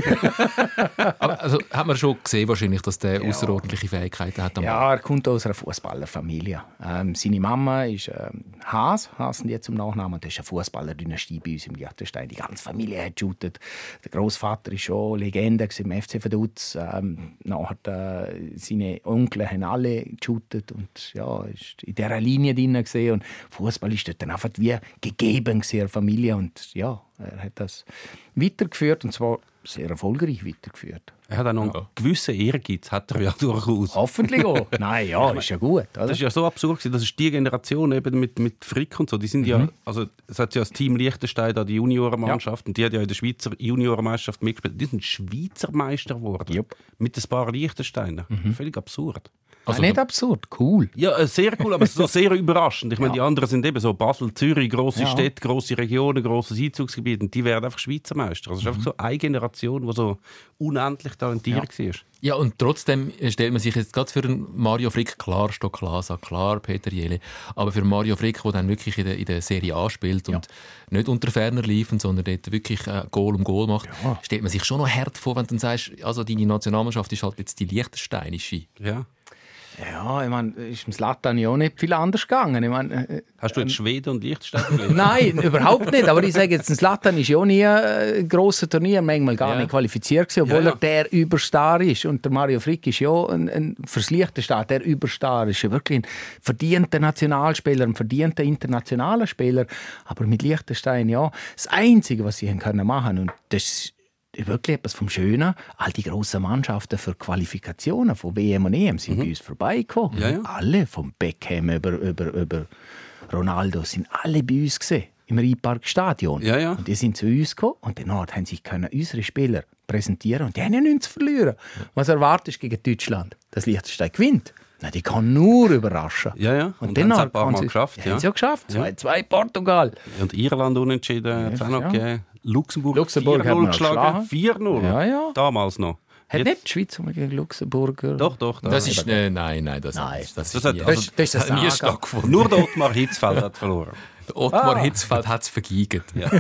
Aber also, hat man schon gesehen, wahrscheinlich, dass der ja. außerordentliche Fähigkeiten hat. Ja, er kommt aus einer Fußballerfamilie. Ähm, seine Mama ist ähm, Haas, Haas sind jetzt zum Nachnamen. Das ist eine Fußballerdynastie bei uns im Liechtenstein. Die ganze Familie hat geshootet. Der Großvater ist schon Legende im F C Vaduz. Ähm, nachher, äh, seine Onkel haben alle geshootet und ja, ist in dieser Linie drin gesehen. Und Fußball ist dort dann einfach wie gegeben in der Familie. Und ja, er hat das weitergeführt und zwar sehr erfolgreich weitergeführt. Er hat auch noch einen gewissen Ehrgeiz, hat er ja durchaus. Hoffentlich auch. Nein, ja, ist ja gut. Oder? Das ist ja so absurd. Das ist die Generation eben mit, mit Frick und so. Die sind mhm. ja, also es hat ja das Team Liechtenstein, da die Juniorenmannschaft, ja. und die hat ja in der Schweizer Juniorenmeisterschaft mitgespielt. Die sind Schweizer Meister geworden. Yep. Mit ein paar Liechtensteiner. Mhm. Völlig absurd. Also, nicht absurd, cool. Ja, sehr cool, aber so sehr überraschend. Ich meine, ja. die anderen sind eben so Basel, Zürich, grosse ja. Städte, grosse Regionen, grosses Einzugsgebiet und die werden einfach Schweizer Meister. Also es ist einfach so eine Generation, die so unendlich talentiert ja. war. Ja, und trotzdem stellt man sich jetzt gerade für einen Mario Frick, klar Stocklasa, klar Peter Jele, aber für Mario Frick, der dann wirklich in der, in der Serie A spielt und ja. nicht unter ferner liefen, sondern dort wirklich äh, Goal um Goal macht, ja. stellt man sich schon noch hart vor, wenn du dann sagst, also deine Nationalmannschaft ist halt jetzt die liechtensteinische. Ja. Ja, ich meine, ist im Zlatan ja auch nicht viel anders gegangen. Ich meine, äh, Hast du jetzt ähm, Schweden und Liechtenstein gelesen? Nein, überhaupt nicht. Aber ich sage jetzt, ein Zlatan ist ja auch nie ein grosses Turnier, manchmal gar ja. nicht qualifiziert gewesen, obwohl ja, ja. er der Überstar ist. Und der Mario Frick ist ja ein, ein fürs Liechtenstein der Überstar. Ist ja wirklich ein verdienter Nationalspieler, ein verdienter internationaler Spieler. Aber mit Liechtenstein, ja, das Einzige, was sie machen können, und das wirklich etwas vom Schönen. All die grossen Mannschaften für Qualifikationen von W M und E M sind mhm. bei uns vorbeigekommen. Ja, ja. Alle, vom Beckham über, über, über Ronaldo, sind alle bei uns gesehen im Rheinparkstadion. Ja, ja. Und die sind zu uns gekommen und danach haben sich können unsere Spieler präsentieren und die haben ja nichts zu verlieren. Was erwartest du gegen Deutschland? Dass Liechtenstein gewinnt? Nein, die kann nur überraschen. Ja, ja. Und, und dann haben es ein paar Mal geschafft. Ja. Haben sie ja geschafft. zwei zwei Portugal. Und Irland unentschieden ja, hat es auch noch ja. gegeben. Luxemburg, Luxemburg vier null geschlagen. vier null Ja, ja. Damals noch. Hat Jetzt. nicht die Schweiz gegen Luxemburger? Doch, doch. Das, das ist, äh, nein, nein, das, nein. das, das, das, ist, das, also, das, das, das nie stattgefunden. Nur der Ottmar Hitzfeld hat verloren. Der Ottmar ah. Hitzfeld hat es vergeigt. Ja.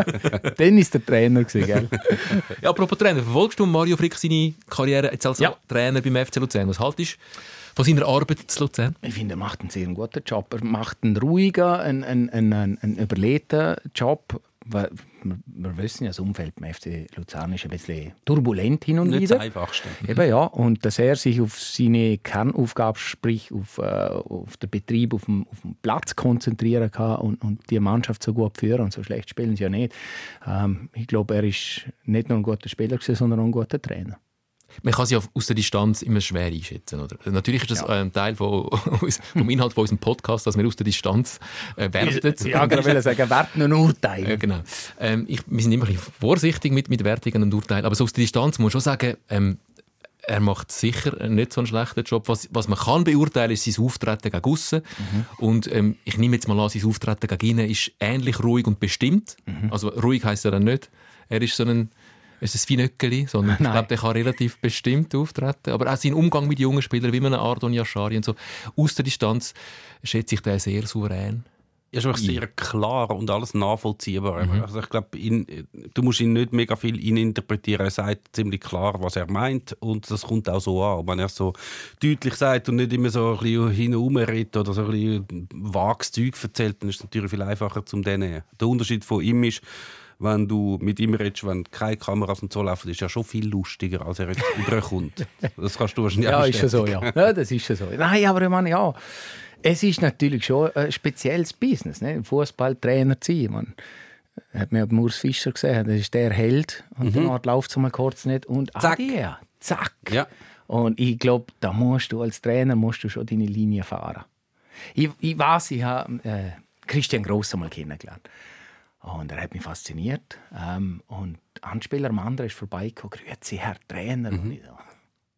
Dann war der Trainer, gell? Ja, apropos Trainer, verfolgst du Mario Frick seine Karriere jetzt als ja. Trainer beim F C Luzern? Was haltest du von seiner Arbeit in Luzern? Ich finde, er macht einen sehr guten Job. Er macht einen ruhigen, einen, einen, einen, einen überlegten Job. Wir, wir wissen ja, das Umfeld beim F C Luzern ist ein bisschen turbulent hin und Nicht wieder. Das Einfachste. Eben, ja. Und dass er sich auf seine Kernaufgabe, sprich auf, äh, auf den Betrieb auf dem, auf dem Platz konzentrieren kann und, und die Mannschaft so gut führen. Und so schlecht spielen sie ja nicht. Ähm, ich glaube, er ist nicht nur ein guter Spieler, sondern auch ein guter Trainer. Man kann sie ja aus der Distanz immer schwer einschätzen. Oder? Natürlich ist das ja. ein Teil von, vom Inhalt von unserem Podcast, dass wir aus der Distanz äh, werten. Ja, ich will sagen, werten und urteilen. Ja, genau. Ähm, ich, wir sind immer ein bisschen vorsichtig mit, mit Wertungen und Urteilen. Aber so aus der Distanz muss man schon sagen, ähm, er macht sicher nicht so einen schlechten Job. Was, was man kann beurteilen, ist sein Auftreten gegen aussen. Mhm. Und ähm, ich nehme jetzt mal an, sein Auftreten gegen innen ist ähnlich ruhig und bestimmt. Mhm. Also ruhig heisst er dann nicht. Er ist so ein Es ist ein Finöckeli, sondern ich glaube, der kann relativ bestimmt auftreten. Aber auch sein Umgang mit jungen Spielern, wie man einen Ardon Yashari und so, aus der Distanz schätze ich den sehr souverän. Er ist einfach sehr klar und alles nachvollziehbar. Mhm. Also ich glaube, du musst ihn nicht mega viel interpretieren. Er sagt ziemlich klar, was er meint und das kommt auch so an. Wenn er so deutlich sagt und nicht immer so ein bisschen hinumredet oder so ein bisschen vages Zeug erzählt, dann ist es natürlich viel einfacher zum nehmen. Der Unterschied von ihm ist, wenn du mit ihm redest, wenn keine Kameras und so laufen, ist ja schon viel lustiger, als er jetzt überkommt. Das kannst du wahrscheinlich ja, auch ist ja so, ja. ja. Das ist ja so. Nein, aber ich meine, ja, es ist natürlich schon ein spezielles Business, ne? Fußballtrainer zu sein. Man hat mir beim Urs Fischer gesehen, das ist der Held und mhm. dann läuft es mal kurz nicht und zack. Adieu, zack. Ja. Und ich glaube, da musst du als Trainer musst du schon deine Linie fahren. Ich, ich weiß, ich habe äh, Christian Gross einmal kennengelernt. Und er hat mich fasziniert. Ähm, und ein Anspieler am anderen ist vorbeigekommen. Grüezi, Herr Trainer. Mhm. Und ich so,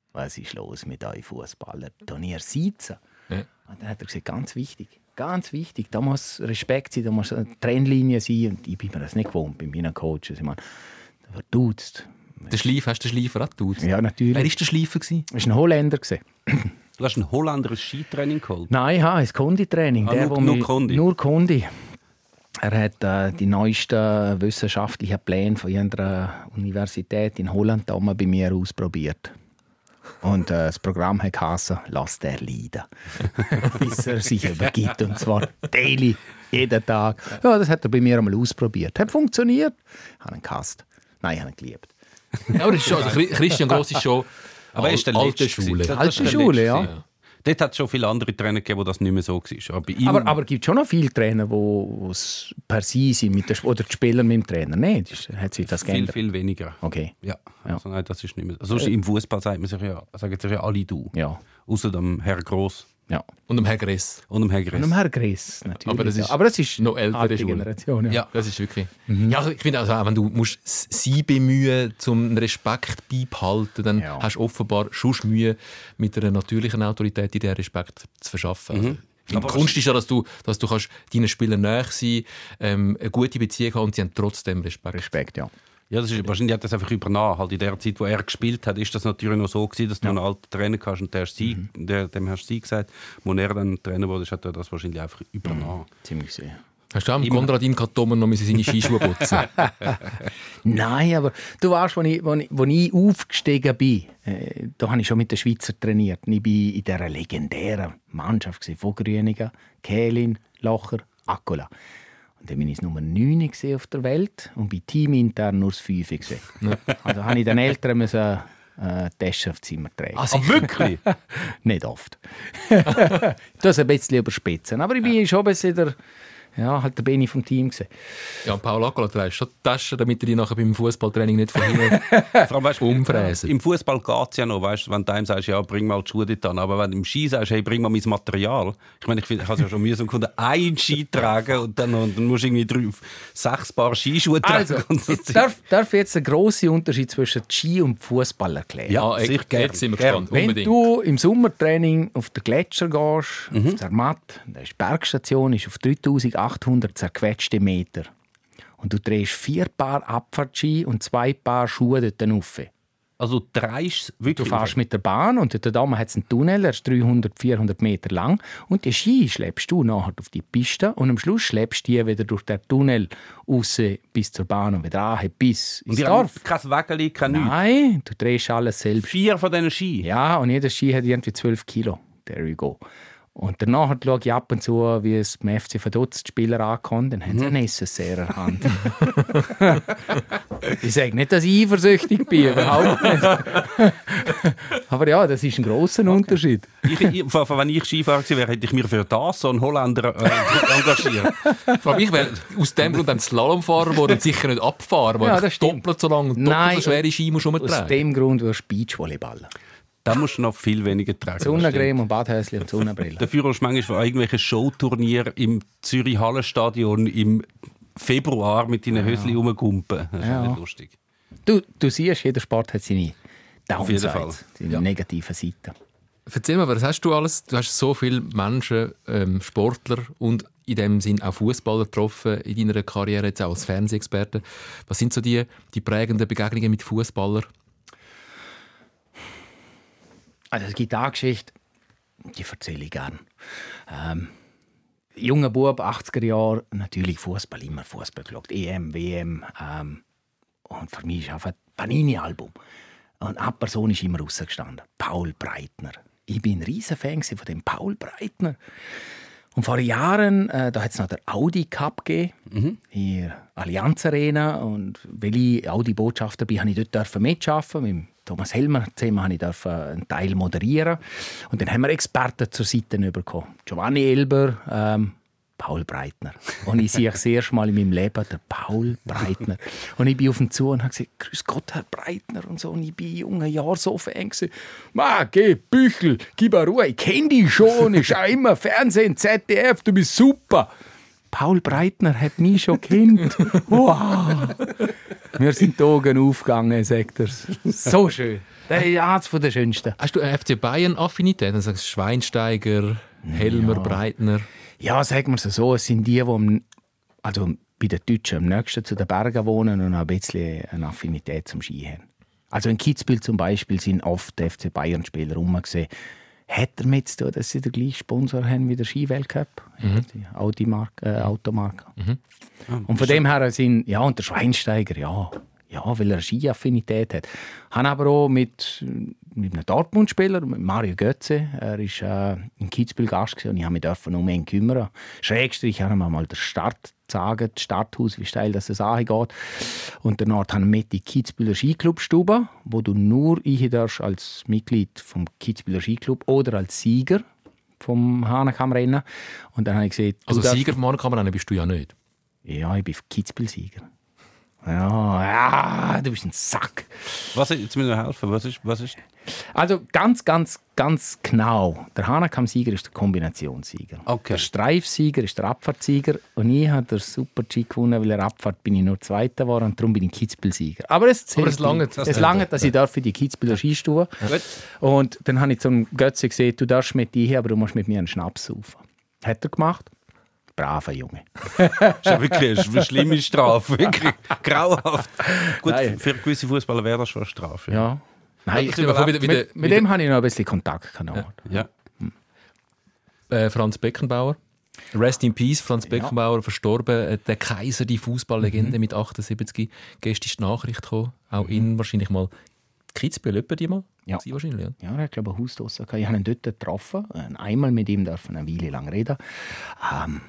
was ist los mit euch Fußballern? Turnier sitzen. Ja. Und dann hat er gesagt, ganz wichtig, ganz wichtig, da muss Respekt sein, da muss eine Trennlinie sein. Und ich bin mir das nicht gewohnt bei meinen Coaches. Ich meine, da wird duzt. Der Schleif, hast du den Schleifer auch geduzt? Ja, natürlich. Wer war der Schleifer? Das war ein Holländer. Du hast einen Holländer ein Skitraining geholt? Nein, ich habe ein Konditraining. Ah, Der, nur- wo nur mich- Kondi? Nur Kondi. Er hat äh, die neuesten wissenschaftlichen Pläne von einer Universität in Holland da mal bei mir ausprobiert. Und äh, das Programm hat geheißen, «Lass der leiden», bis er sich übergibt. Und zwar daily, jeden Tag. Ja, das hat er bei mir einmal ausprobiert. Hat funktioniert. Ich habe ihn gehasst. Nein, ich habe ihn geliebt. Ja, aber das ist schon, also Chri- Christian Gross ist schon Aber er ist der alte Letzte Schule. gewesen. Das- Alte das ist der Schule, Letzte ja. gewesen. Dort hat es schon viele andere Trainer gegeben, wo das nicht mehr so war. Aber, bei ihm, Aber, aber es gibt schon noch viele Trainer, die es per se sind, mit der, oder die Spieler mit dem Trainer. Nein, das ist- hat sich das viel, geändert. viel weniger. Okay. Ja, Ja. also nein, das ist nicht mehr. Also sonst im Fußball sagt man sich ja, sagen sich ja alle du. Ja. Außer dem Herr Gross Ja. Und dem Herr Gress. und dem Herr Gress. Und dem Herr Gress, natürlich. Aber das ist ja. aber das ist noch ältere alte Schule. Generation. Ja. Ja, das ist wirklich. Ja, also ich finde, also, auch wenn du musst sie bemühen, zum Respekt beibehalten, dann Ja. hast du offenbar schon Mühe, mit einer natürlichen Autorität dir den Respekt zu verschaffen. Also, die Aber Kunst ist ja, dass du, dass du kannst deinen Spielern nahe sein, ähm, eine gute Beziehung haben und sie haben trotzdem Respekt. Respekt, ja. Ja, das ist, wahrscheinlich hat das einfach übernommen. Halt in der Zeit, wo er gespielt hat, ist das natürlich noch so gewesen, dass du einen alten Trainer hast und der hast sie, der, dem hast du sie gesagt. Als er dann Trainer wurde, hat er das wahrscheinlich einfach übernommen. Ziemlich sehr. Hast du auch am Konradin Katomen noch seine Skischuhe putzen? Nein, aber du weißt, als ich, als ich, als ich aufgestiegen bin, äh, da habe ich schon mit den Schweizer trainiert. Ich war in dieser legendären Mannschaft gewesen, von Grünigen, Kählin, Locher, Akkola. Und dann bin ich Nummer neun gewesen auf der Welt und bei teamintern nur das fünf gewesen. Also habe ich den Eltern müssen, äh, Taschen aufs Zimmer tragen. Ah, Ah, wirklich? Nicht oft. Das ein bisschen überspitzen. Aber ich bin schon ein bisschen der, ja, halt der Beni vom Team gewesen. Ja, und Paul Accola trägt schon die Taschen, damit er die nachher beim Fußballtraining nicht von hinten Vor allem, weißt, umfräsen. im Fußball geht es ja noch, weißt, wenn du einem sagst, ja, bring mal die Schuhe dort an. Aber wenn du im Ski sagst, hey, bring mal mein Material. Ich meine, ich, find, ich habe es ja schon mühsam gefunden, einen Ski tragen und dann, und dann musst du irgendwie drei, sechs Paar Skischuhe tragen. Also, Und so ich darf, darf ich jetzt einen grossen Unterschied zwischen Ski und Fußball erklären? Ja, Ah, sicher, jetzt gern, sind wir gern. gespannt. Wenn Unbedingt. du im Sommertraining auf den Gletscher gehst, Mhm. auf Zermatt, da ist die Bergstation, ist auf dreitausendachthundert zerquetschte Meter. Und du drehst vier Paar Abfahrtski und zwei Paar Schuhe dort rauf. Also dreist Du wirklich. fährst mit der Bahn und dort oben hat es einen Tunnel, der ist dreihundert, vierhundert Meter lang. Und die Ski schleppst du nachher auf die Piste und am Schluss schleppst du die wieder durch den Tunnel raus bis zur Bahn und wieder an bis Und ins die haben Dorf. kein Wägeli, kein nichts. Nein, du drehst alles selbst. Vier von diesen Ski. Ja, und jeder Ski hat irgendwie zwölf Kilo. There you go. Und danach schaue ich ab und zu, wie es beim F C verdutzt Spieler ankommt, dann haben sie eine Necessaire in der Hand. Ich sage nicht, dass ich eifersüchtig bin, überhaupt nicht. Aber ja, das ist ein grosser Unterschied. Ich, ich, von- von- wenn ich Skifahrer gewesen wäre, hätte ich mir für das so einen Holländer äh, engagiert. Vor allem ich wäre aus dem Grund dann Slalomfahrer geworden und sicher nicht Abfahrer, weil Ja, ja, das stimmt. doppelt so lang und doppelt Nein, so schwere Ski musst du Aus umtragen. dem Grund wirst du Beachvolleyball. Da musst du noch viel weniger tragen. Sonnencreme und Badhäuschen und Sonnenbrille. Dafür hast du manchmal von irgendwelchen Showturnieren im Zürich-Hallenstadion im Februar mit deinen Höschen rumgumpen. Das ist Ja. ja nicht lustig. Du, du siehst, jeder Sport hat seine jeden Downsides, Fall. seine negativen Seiten. Erzähl mal, was hast du alles? Du hast so viele Menschen, ähm, Sportler und in dem Sinn auch Fußballer getroffen in deiner Karriere, jetzt auch als Fernsehexperte. Was sind so die, die prägenden Begegnungen mit Fußballern? Also es gibt eine Geschichte, die erzähle ich gerne. Ähm, junger Bub, achtziger Jahre, natürlich Fußball, immer Fußball geschaut. E M, W M. Ähm, und für mich ist einfach ein Panini-Album. Und eine Person ist immer rausgestanden. Paul Breitner. Ich bin ein riesen Fan von dem Paul Breitner. Und vor Jahren, äh, da hat es noch den Audi Cup gegeben, mhm. in der Allianz Arena. Und weil ich Audi-Botschafter bin, durfte ich dort mitarbeiten. Mit Thomas Helmer zusammen durfte ich einen Teil moderieren. Und dann haben wir Experten zur Seite bekommen. Giovanni Elber, ähm, Paul Breitner. Und ich sehe das erste Mal in meinem Leben den Paul Breitner. Und ich bin auf ihn zu und habe gesagt, grüß Gott, Herr Breitner. Und, so. Und ich bin in jungen Jahren so Fan gewesen. Ma, geh, Büchel, gib mir Ruhe, ich kenne dich schon. Ich schaue immer Fernsehen, Z D F, du bist super. Paul Breitner hat mich schon kennt. Wow. Mir sind die Augen aufgegangen, sagt er. So schön. Das ist eines von der schönsten. Hast du eine F C Bayern-Affinität? Dann sagst du Schweinsteiger, Helmer, Ja. Breitner. Ja, sagen wir es so, es sind die, die am, also bei den Deutschen am nächsten zu den Bergen wohnen und ein bisschen eine Affinität zum Ski haben. Also in Kitzbühel zum Beispiel sind oft F C Bayern-Spieler rumgesehen. Hat er mit zu tun, dass sie den gleichen Sponsor haben wie der Ski-Weltcup? Mhm. Die Audi-Marke, äh, Automarke. Mhm. Und von dem her sind, ja, und der Schweinsteiger, ja, ja, weil er eine Ski-Affinität hat. Han aber auch mit, mit einem Dortmund-Spieler, mit Mario Götze. Er war äh, in Kitzbühel Gast gewesen, und ich habe mich dürfen um ihn kümmern. Schrägstrich, ich habe ihm mal den Start sagen, das Starthaus, wie steil das es angeht. Und danach haben wir mit die Kitzbüheler Skiclub-Stube, wo du nur rein darfst als Mitglied vom Kitzbüheler Skiclub oder als Sieger vom Hahnenkammrennen. Und dann habe ich gesehen, Also du darfst- Sieger vom Hahnenkammrennen bist du ja nicht. Ja, ich bin Kitzbühel-Sieger. Ja, ja, du bist ein Sack. Was, jetzt müssen wir helfen. Was ist, was ist? Also ganz, ganz, ganz genau. Der Hahnenkamm-Sieger ist der Kombinationssieger. Okay. Der Streifsieger ist der Abfahrtssieger. Und ich habe den Super-G gewonnen, weil in der Abfahrt bin ich nur Zweiter war und darum bin ich Kitzbühel-Sieger. Aber es zählt Aber es langt. nicht. Das Es zählt. langt, dass ich darf für die Kitzbüheler Skistube. Gut. Und dann habe ich zum Götze gesagt, du darfst mit dir, aber du musst mit mir einen Schnaps saufen. Hat er gemacht. Braver Junge. Das ist ja wirklich eine schlimme Strafe. Wirklich grauenhaft. Gut, Nein. für gewisse Fußballer wäre das schon eine Strafe. Ja. Nein, Das ich, überhaupt wieder- wieder- mit, mit dem habe ich noch ein bisschen Kontakt gehabt. Ja. Äh, Franz Beckenbauer. Rest in Peace, Franz Beckenbauer, verstorben. Äh, Der Kaiser, die Fußballlegende mit achtundsiebzig. Gestern ist die Nachricht gekommen. Auch ihn wahrscheinlich mal. Kitzbühel, etwa die mal? Ja. Sie wahrscheinlich, ja. Ja, er hat, glaube ich, ein Haus draussen gehabt. Ich habe ihn dort getroffen. äh, Einmal mit ihm dürfen eine Weile lang reden. Ähm,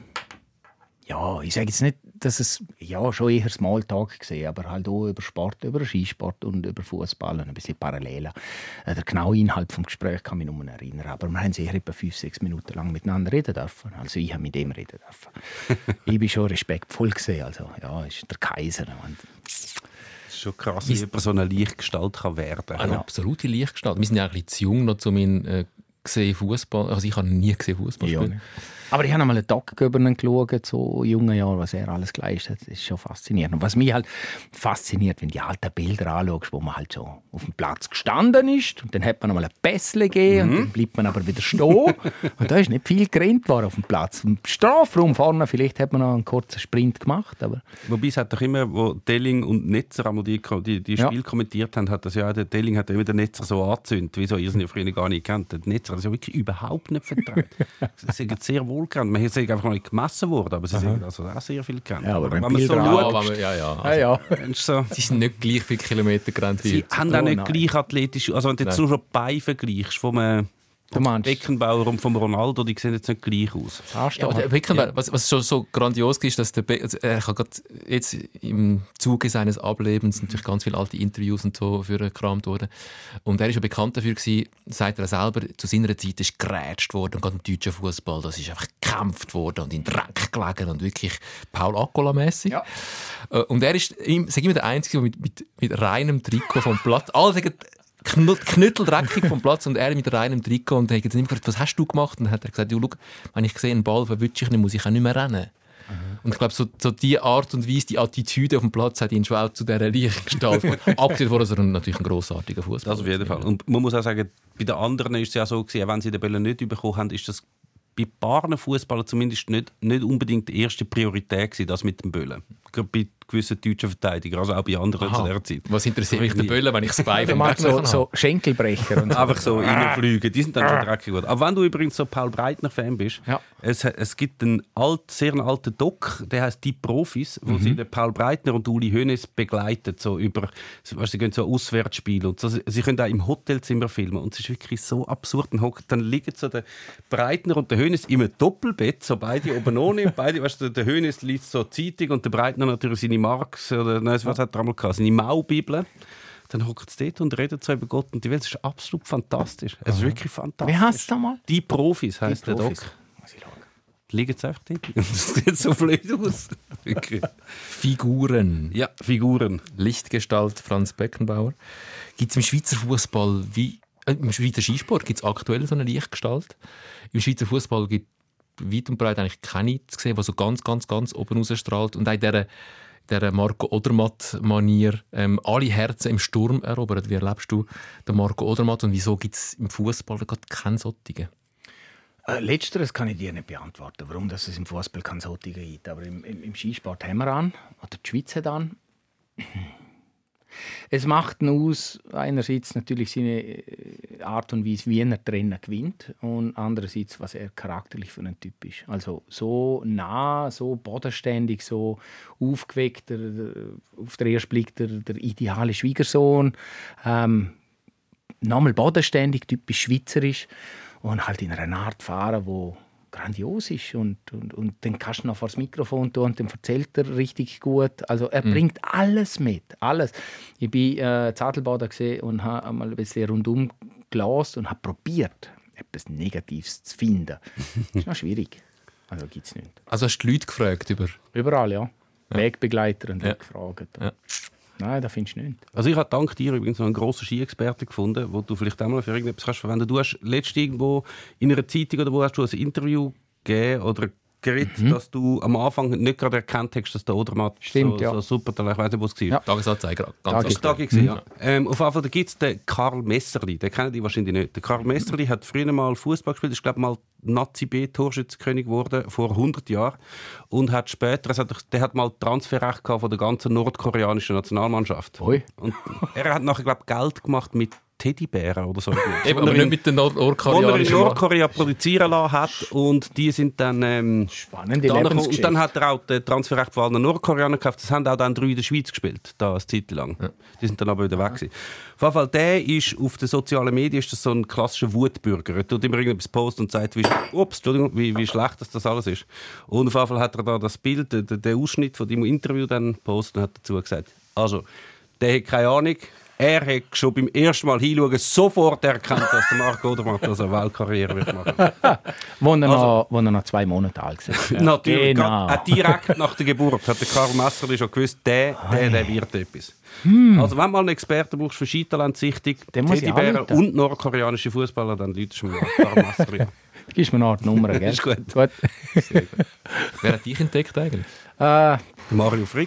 ja, ich sage jetzt nicht, dass es ja, schon eher Smalltalk war, aber halt auch über Sport, über Skisport und über Fußball und ein bisschen Parallelen. Äh, der genaue Inhalt des Gesprächs kann mich nur erinnern. Aber wir haben sicher etwa fünf, sechs Minuten lang miteinander reden dürfen. Also ich habe mit ihm reden dürfen. Ich war schon respektvoll gesehen. Also ja, ist der Kaiser. Und Das ist schon krass, wie jemand so eine Lichtgestalt kann werden Eine absolute Lichtgestalt. Wir sind ja eigentlich zu jung noch, um ihn äh, gesehen Fußball. Also ich habe nie gesehen Fußball Ja, spielen. ne. Aber ich habe einmal einen Doc über ihn geschaut, so in jungen Jahren, was er alles geleistet hat. Das ist schon faszinierend. Und was mich halt fasziniert, wenn du die alten Bilder anschaust, wo man halt so auf dem Platz gestanden ist, und dann hat man einmal ein Pässle gegeben, Mhm. und dann bleibt man aber wieder stehen. Und da ist nicht viel gerannt worden auf dem Platz. Im Strafraum vorne, vielleicht hat man noch einen kurzen Sprint gemacht. Aber Wobei es hat doch immer, wo Delling und Netzer einmal die, die, die Ja. Spiel kommentiert haben, hat das ja, der Delling hat immer den Netzer so angezündet, wieso ihr ja früher gar nicht kennt. Der Netzer hat das ja wirklich überhaupt nicht vertraut. Sie sind sehr wohl gekannt. Man ist einfach noch nicht gemessen worden, aber sie sind also auch sehr viel gekannt. Ja, aber wenn wenn man so Bilder Ja, schaut, aber, wir- ja, ja. Also, ah, ja. ist so, Sie sind nicht gleich viele Kilometer gerannt wie sie jetzt. haben auch Oh, nicht nein. gleich athletisch, also wenn du jetzt Nein. nur schon die Beine vergleichst vom äh, Du meinst, Beckenbauer und vom Ronaldo, die sehen jetzt nicht gleich aus. Ja, aber der Beckenbauer, was, was schon so grandios ist, dass der Be also er hat gerade jetzt im Zuge seines Ablebens natürlich ganz viele alte Interviews und so für gekramt worden. Und er ist ja bekannt dafür gewesen, sagt er selber, zu seiner Zeit ist gerätscht worden, und gerade im deutschen Fußball, das ist einfach gekämpft worden und in den Dreck gelegen und wirklich Paul Accola-mässig. Ja. Äh, Und er ist, ihm- sag ich mal, der Einzige, der mit, mit, mit reinem Trikot vom Platz, alle sagen, Knü- knütteldreckig vom Platz, und er mit reinem Trikot, und er hat ihm gefragt, was hast du gemacht? Und dann hat er gesagt, du, schau, wenn ich sehe, einen Ball verwünsche ich nicht, muss ich auch nicht mehr rennen. Und ich glaube, so, so die Art und Weise, die Attitüde auf dem Platz hat ihn schon auch zu dieser Lichtgestalt gemacht. Abgesehen davon, dass er natürlich ein grossartiger Fußballer Das auf jeden Fall. Und man muss auch sagen, bei den anderen ist es ja so gewesen, wenn sie den Ball nicht bekommen haben, ist das bei paar Fußballern zumindest nicht, nicht unbedingt die erste Priorität gewesen, das mit dem Böllen. Gerade bei gewissen deutschen Verteidigern, also auch bei anderen Aha. zu dieser Zeit. Was interessiert mich der Böller, wenn ich das Bein du vom machst Gegner so, habe? so Schenkelbrecher und so. Einfach so reinfliegen, die sind dann schon dreckig gut. Aber wenn du übrigens so Paul Breitner-Fan bist, Ja. es, es gibt einen alt, sehr alten Doc, der heißt «Die Profis», wo sie den Paul Breitner und Uli Hoeneß begleiten, so über, weißt, sie gehen so Auswärtsspiele und so. Sie, sie können auch im Hotelzimmer filmen und es ist wirklich so absurd. Dann, hockt, dann liegen so der Breitner und der Hoeneß in einem Doppelbett, so beide oben ohne, beide, weißt du, der Hoeneß liest so Zeitung und der Breitner natürlich seine Marx oder nein, was hat er einmal gehabt, seine Maubibel. Dann hockt sie dort und redet so über Gott und die Welt. Es ist absolut fantastisch. Es ist wirklich fantastisch. Wie heißt es nochmal? «Die Profis» heisst der Doc. Muss ich schauen. Liegen jetzt einfach dort. Das sieht so blöd aus. Wirklich. Figuren. Ja, Figuren. Lichtgestalt Franz Beckenbauer. Gibt es im Schweizer Fußball wie äh, im Schweizer Skisport gibt es aktuell so eine Lichtgestalt? Im Schweizer Fußball gibt es weit und breit eigentlich keine zu sehen, die so ganz, ganz, ganz oben rausstrahlt. Und auch in dieser, in der Marco Odermatt-Manier ähm, alle Herzen im Sturm erobert. Wie erlebst du den Marco Odermatt und wieso gibt es im Fußball gerade keinen solchen? Äh, Letzteres kann ich dir nicht beantworten, warum das es im Fußball keinen solchen gibt. Aber im, im, im Skisport haben wir an, oder die Schweiz hat an. Es macht ihn aus, einerseits natürlich seine Art und Weise, wie er Rennen gewinnt, und andererseits, was er charakterlich für ein Typ ist. Also so nah, so bodenständig, so aufgeweckt, der, der, auf den ersten Blick der, der ideale Schwiegersohn, ähm, nochmal bodenständig, typisch schweizerisch und halt in einer Art fahren, wo grandios ist und, und, und dann kannst du noch vor das Mikrofon tun und dann erzählt er richtig gut. Also er mhm. bringt alles mit, alles. Ich bin äh, in Zadelboden gesehen und habe mal ein bisschen rundum gelassen und habe probiert, etwas Negatives zu finden. Das ist noch schwierig. Also gibt es nicht. Also hast du die Leute gefragt über... Überall, ja. ja. Wegbegleiter und ja. gefragt. Ja. Nein, das findest du nicht. Also ich habe dank dir übrigens noch einen grossen Ski-Experten gefunden, wo du vielleicht auch mal für irgendetwas kannst verwenden. Du hast letztens irgendwo in einer Zeitung oder wo hast du ein Interview gegeben oder geredet, mhm. dass du am Anfang nicht gerade erkannt hast, dass der Odermatt Stimmt, so, ja. so super, ich weiß nicht, wo es war. Ja. Tagesanzeiger. Ganz das war Tag, ja. ähm, Auf jeden Fall gibt es den Karl Messerli, den kennen die wahrscheinlich nicht. Der Karl Messerli hat früher mal Fußball gespielt, ist glaube mal Nazi-B-Torschützenkönig geworden, vor hundert Jahren. Und hat später, es hat, der hat mal Transferrecht gehabt von der ganzen nordkoreanischen Nationalmannschaft. Ui. Und er hat nachher, glaube Geld gemacht mit Teddybären oder so. Eben, aber nicht mit den nordkoreanischen. Die er in Nordkorea produzieren lassen hat und die sind dann... Ähm, Spannende dann Lebensgeschichte. Und dann hat er auch den Transferrecht von allen Nordkoreanern gekauft. Das haben auch dann drei in der Schweiz gespielt, da eine Zeit lang. Ja. Die sind dann aber wieder weg gewesen. Auf jeden Fall, der ist auf den sozialen Medien ist das so ein klassischer Wutbürger. Er tut immer irgendetwas posten und sagt, wie, ups, Entschuldigung, wie, wie schlecht das, das alles ist. Und auf jeden Fall hat er da das Bild, den, den Ausschnitt von dem Interview dann gepostet und hat dazu gesagt, also, der hat keine Ahnung. Er hat schon beim ersten Mal hinschauen sofort erkannt, dass der Marco Odermatt also eine Weltkarriere wird machen. Wo er, also, noch, wo er noch zwei Monate alt war. Ja. Natürlich. Genau. Auch direkt nach der Geburt hat der Karl Messerli schon gewusst, der, der, der wird etwas. Hm. Also wenn du mal einen Experten brauchst für Skitalentsichtung, Teddybären und nordkoreanische Fußballer, dann läutest du mir Karl Messerli. Du gibst mir noch die Nummer, gell? Ist gut. gut. Sehr gut. Wer hat dich entdeckt eigentlich? Äh, Mario Frick.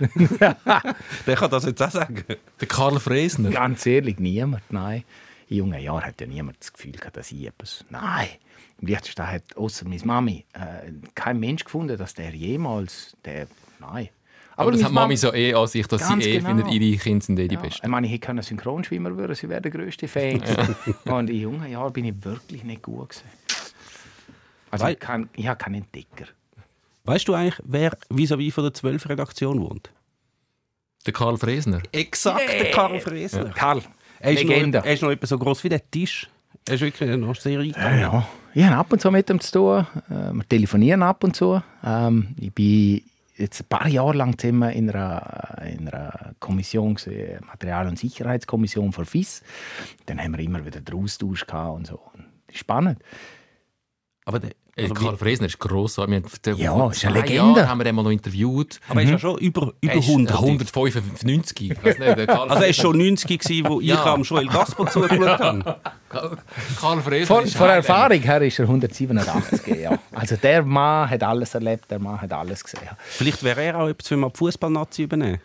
Der kann das jetzt auch sagen. Der Karl Fresner. Ganz ehrlich, niemand, nein. In jungen Jahren hat ja niemand das Gefühl gehabt, dass ich etwas... Nein, im Liechtenstein hat außer meine Mami äh, kein Mensch gefunden, dass der jemals... Der, nein. Aber, Aber das hat Mami so eh an sich, dass Ganz sie eh genau. findet, ihre Kinder sind eh die ja. Besten. Ich meine, ich kann ein Synchronschwimmer werden, sie wäre der grösste Fan. Und in jungen Jahren bin ich wirklich nicht gut gewesen. Also Weil, ich, kann, ich habe keinen Entdecker. Weißt du eigentlich, wer vis-à-vis von der zwölf Redaktion wohnt? Der Karl Fresner. Exakt, yeah. Der Karl Fresner. Ja. Karl, er ist Legende. Noch, er ist noch etwa so gross wie der Tisch. Er ist wirklich noch sehr reich. Ja, ja. Ich habe ab und zu mit ihm zu tun. Wir telefonieren ab und zu. Ähm, ich bin jetzt ein paar Jahre lang zusammen in einer, in einer Kommission, Material- und Sicherheitskommission für F I S. Dann haben wir immer wieder den Austausch gehabt und so. Das ist spannend. Aber der, also Karl Fresner ist grossartig. Ja, ist eine Legende. Jahren haben wir den mal noch interviewt. Aber er ist ja schon über, über er ist hundert. hundertfünfundneunzig. Ich weiss nicht, der Karl also er war schon neunzig, gewesen, wo ja. ich am Joel Gaspar zugeschaut habe. Karl Fresner Von, von Erfahrung her ist er hundertsiebenundachtzig. Ja. Also der Mann hat alles erlebt, der Mann hat alles gesehen. Vielleicht wäre er auch etwas, wenn man die Fußballnazi übernehmen.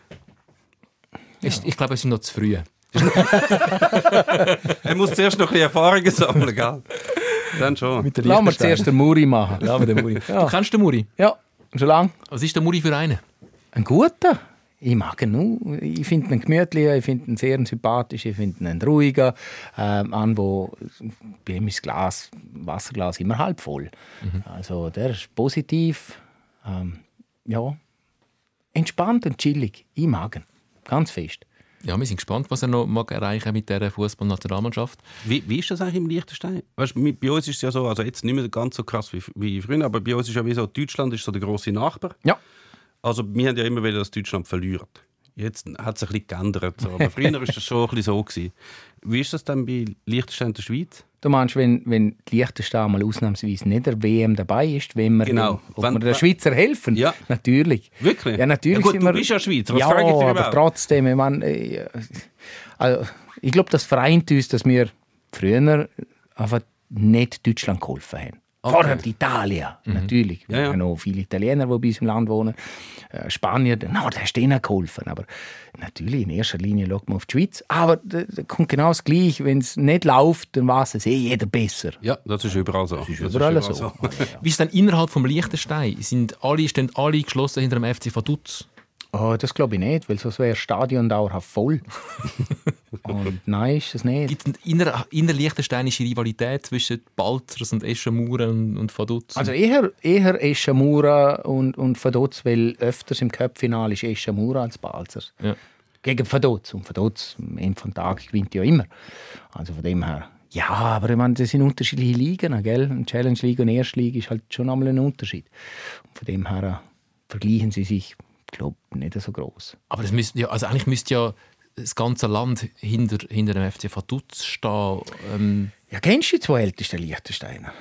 Ich, ich glaube, es ist noch zu früh. Er muss zuerst noch ein bisschen Erfahrungen sammeln, gell? Dann schon. Lass wir zuerst den Muri machen. Lass den Muri. Ja. Du kennst den Muri? Ja, schon lange. Was ist der Muri für einen? Ein guter. Ich mag ihn nur. Ich finde ihn gemütlich, ich finde ihn sehr sympathisch, ich finde ihn ruhiger. Ähm, an, wo bei ihm ist das Glas, Wasserglas immer halb voll. Mhm. Also der ist positiv, ähm, ja, entspannt und chillig. Ich mag ihn. Ganz fest. Ja, wir sind gespannt, was er noch mag erreichen mit dieser Fußballnationalmannschaft. Wie, wie ist das eigentlich im Liechtenstein? Weißt, bei uns ist es ja so, also jetzt nicht mehr ganz so krass wie, wie früher, aber bei uns ist ja wie so, Deutschland ist so der grosse Nachbar. Ja. Also wir haben ja immer wieder, dass Deutschland verliert. Jetzt hat es ein bisschen geändert. So. Aber früher war das schon ein bisschen so gewesen. Wie ist das dann bei Liechtenstein und der Schweiz? Du meinst, wenn, wenn Liechtenstein mal ausnahmsweise nicht der W M dabei ist, wenn wir, genau. dem, ob wenn, wir den Schweizer helfen? Ja. Natürlich. Wirklich? Ja, natürlich. Ja, gut, sind wir, du bist ja Schweizer, was ja, frage ich dich aber überhaupt? trotzdem, ich, meine, äh, also, ich glaube, das vereint uns, dass wir früher einfach nicht Deutschland geholfen haben. Okay. Vorher die Italien, mhm. natürlich. Wir ja, ja. haben noch viele Italiener, die bei uns im Land wohnen. Äh, Spanier, no, da hast du ihnen geholfen. Aber natürlich, in erster Linie schaut man auf die Schweiz. Aber da, da kommt genau das Gleiche. Wenn es nicht läuft, dann weiß es eh jeder besser. Ja, das ist überall so. Das ist das überall, ist überall so. so. Wie ist es denn innerhalb vom Liechtenstein? Sind alle, stehen alle geschlossen hinter dem F C Vaduz? Oh, das glaube ich nicht, weil sonst wäre das Stadion dauerhaft voll. Und nein, ist es nicht. Gibt es eine inner, innerliechtensteinische Rivalität zwischen Balzers und Eschenmauer und, und Vaduz? Also eher, eher Eschenmauer und, und Vaduz, weil öfters im Cup-Finale ist Eschenmauer als Balzers. Ja. Gegen Vaduz. Und Vaduz am Ende des Tages gewinnt ja immer. Also von dem her. Ja, aber ich meine, das sind unterschiedliche Ligen, gell? Eine Challenge League und Erste League ist halt schon einmal ein Unterschied. Und von dem her äh, vergleichen sie sich, ich glaube, nicht so groß. Aber das müsst, ja, also eigentlich müsste ja das ganze Land hinter, hinter dem F C Vaduz stehen. Ähm. Ja, kennst du die zwei ältesten Liechtensteiner?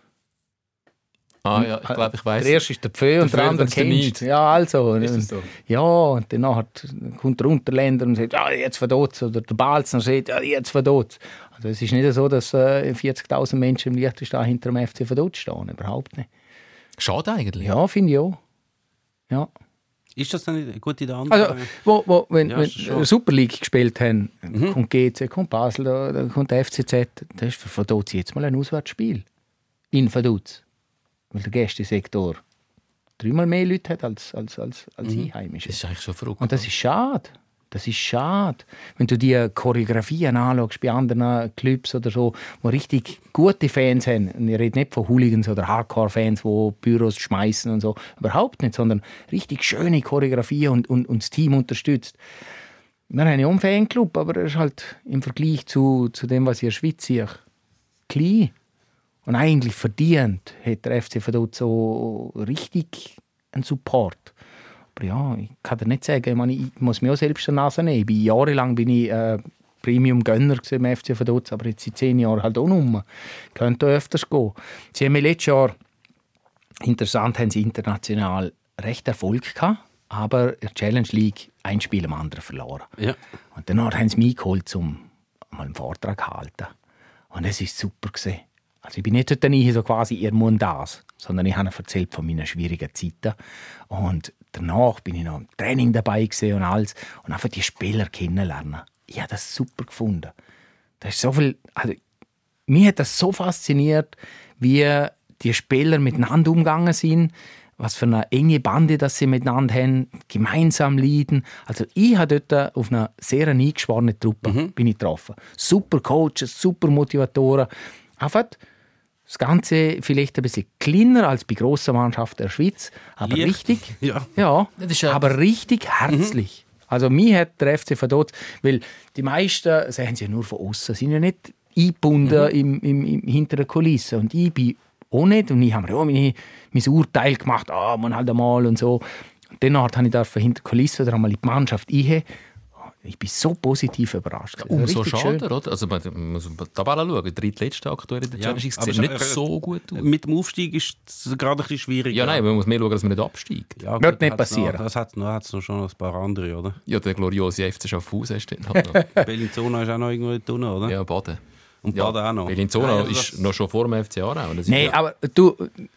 Ah ja, ich glaube, ich weiss. Der erste ist der Pfö und der, der andere kennst du. Ja, also. Ist das so? Ja, und danach kommt der Unterländer und sagt, ja, jetzt Vaduz. Oder der Balzner sagt, ja, jetzt Vaduz. Also es ist nicht so, dass äh, vierzigtausend Menschen im Liechtenstein hinter dem F C Vaduz stehen. Überhaupt nicht. Schade eigentlich. Ja, finde ich auch. Ja. Ist das dann eine gute Idee? Also, wo, wo, wenn Ja, wenn schon. wir Super League gespielt haben, Mhm. kommt G C, kommt Basel, da, da kommt der F C Z, das ist für Vaduz jetzt mal ein Auswärtsspiel. In Vaduz. Weil der Gästesektor dreimal mehr Leute hat als, als, als, als Mhm. Einheimische. Das ist eigentlich schon verrückt. Und das ist schade. Das ist schade. Wenn du die Choreografien anschaust bei anderen Clubs oder so, die richtig gute Fans haben, und ich rede nicht von Hooligans oder Hardcore-Fans, die Büros schmeißen und so, überhaupt nicht, sondern richtig schöne Choreografie und, und, und das Team unterstützt. Wir haben ja auch einen Fanclub, aber das ist halt im Vergleich zu, zu dem, was ich in der Schweiz sehe, klein. Und eigentlich verdient hat der F C Vaduz so richtig einen Support. Aber ja, ich kann dir nicht sagen, ich, meine, ich muss mir auch selbst der Nase nehmen. Ich bin, jahrelang bin ich äh, Premium-Gönner im F C Vaduz, aber jetzt seit zehn Jahren halt auch rum. Könnte auch öfters gehen. Sie haben letztes Jahr, interessant, haben sie international recht Erfolg gehabt, aber in der Challenge League ein Spiel am anderen verloren. Ja. Und danach haben sie mich geholt, um mal einen Vortrag zu halten. Und es war super gewesen. Also ich bin nicht dort so quasi, ihr muss das, sondern ich habe erzählt von meinen schwierigen Zeiten. Und danach bin ich noch im Training dabei gewesen und alles. Und einfach die Spieler kennenlernen. Ich habe das super gefunden. Das ist so viel, also, mich hat das so fasziniert, wie die Spieler miteinander umgegangen sind, was für eine enge Bande das sie miteinander haben, gemeinsam leiden. Also ich habe dort auf einer sehr eingeschworenen Truppe Mhm. bin ich getroffen. Super Coaches, super Motivatoren. Einfach das Ganze vielleicht ein bisschen kleiner als bei grossen Mannschaften der Schweiz, aber Leicht. richtig, Ja. ja, Das ist ja- aber richtig herzlich. Also mir hat der F C Vaduz, weil die meisten sehen sie ja nur von außen, sind ja nicht eingebunden im, im, im, hinter der Kulisse. Und ich bin auch nicht, und ich habe mir auch meine, mein Urteil gemacht, ah, man halt einmal und so. Und dann habe ich dürfen hinter der Kulisse oder einmal in die Mannschaft rein. Ich bin so positiv überrascht. Also Umso richtig schade, schön. oder? Also man muss auf die Tabelle schauen. Der drittletzte aktuell in der Ja, Challenge League aber sieht nicht äh, so gut aus. Mit dem Aufstieg ist es gerade ein bisschen schwierig. Ja, nein, man muss mehr schauen, dass man nicht absteigt. Ja, Wird gut, nicht hat's passieren. Noch, das hat es noch, hat's noch schon ein paar andere, oder? Ja, der gloriose F C Schaffhausen hast du dann halt noch. Bellinzona ist auch noch irgendwo drin, oder? Ja, Baden. Und Ja, Baden auch noch. Bellinzona Nein, also ist das- noch schon vor dem F C Aarau. Das ist Nein, ja- aber du,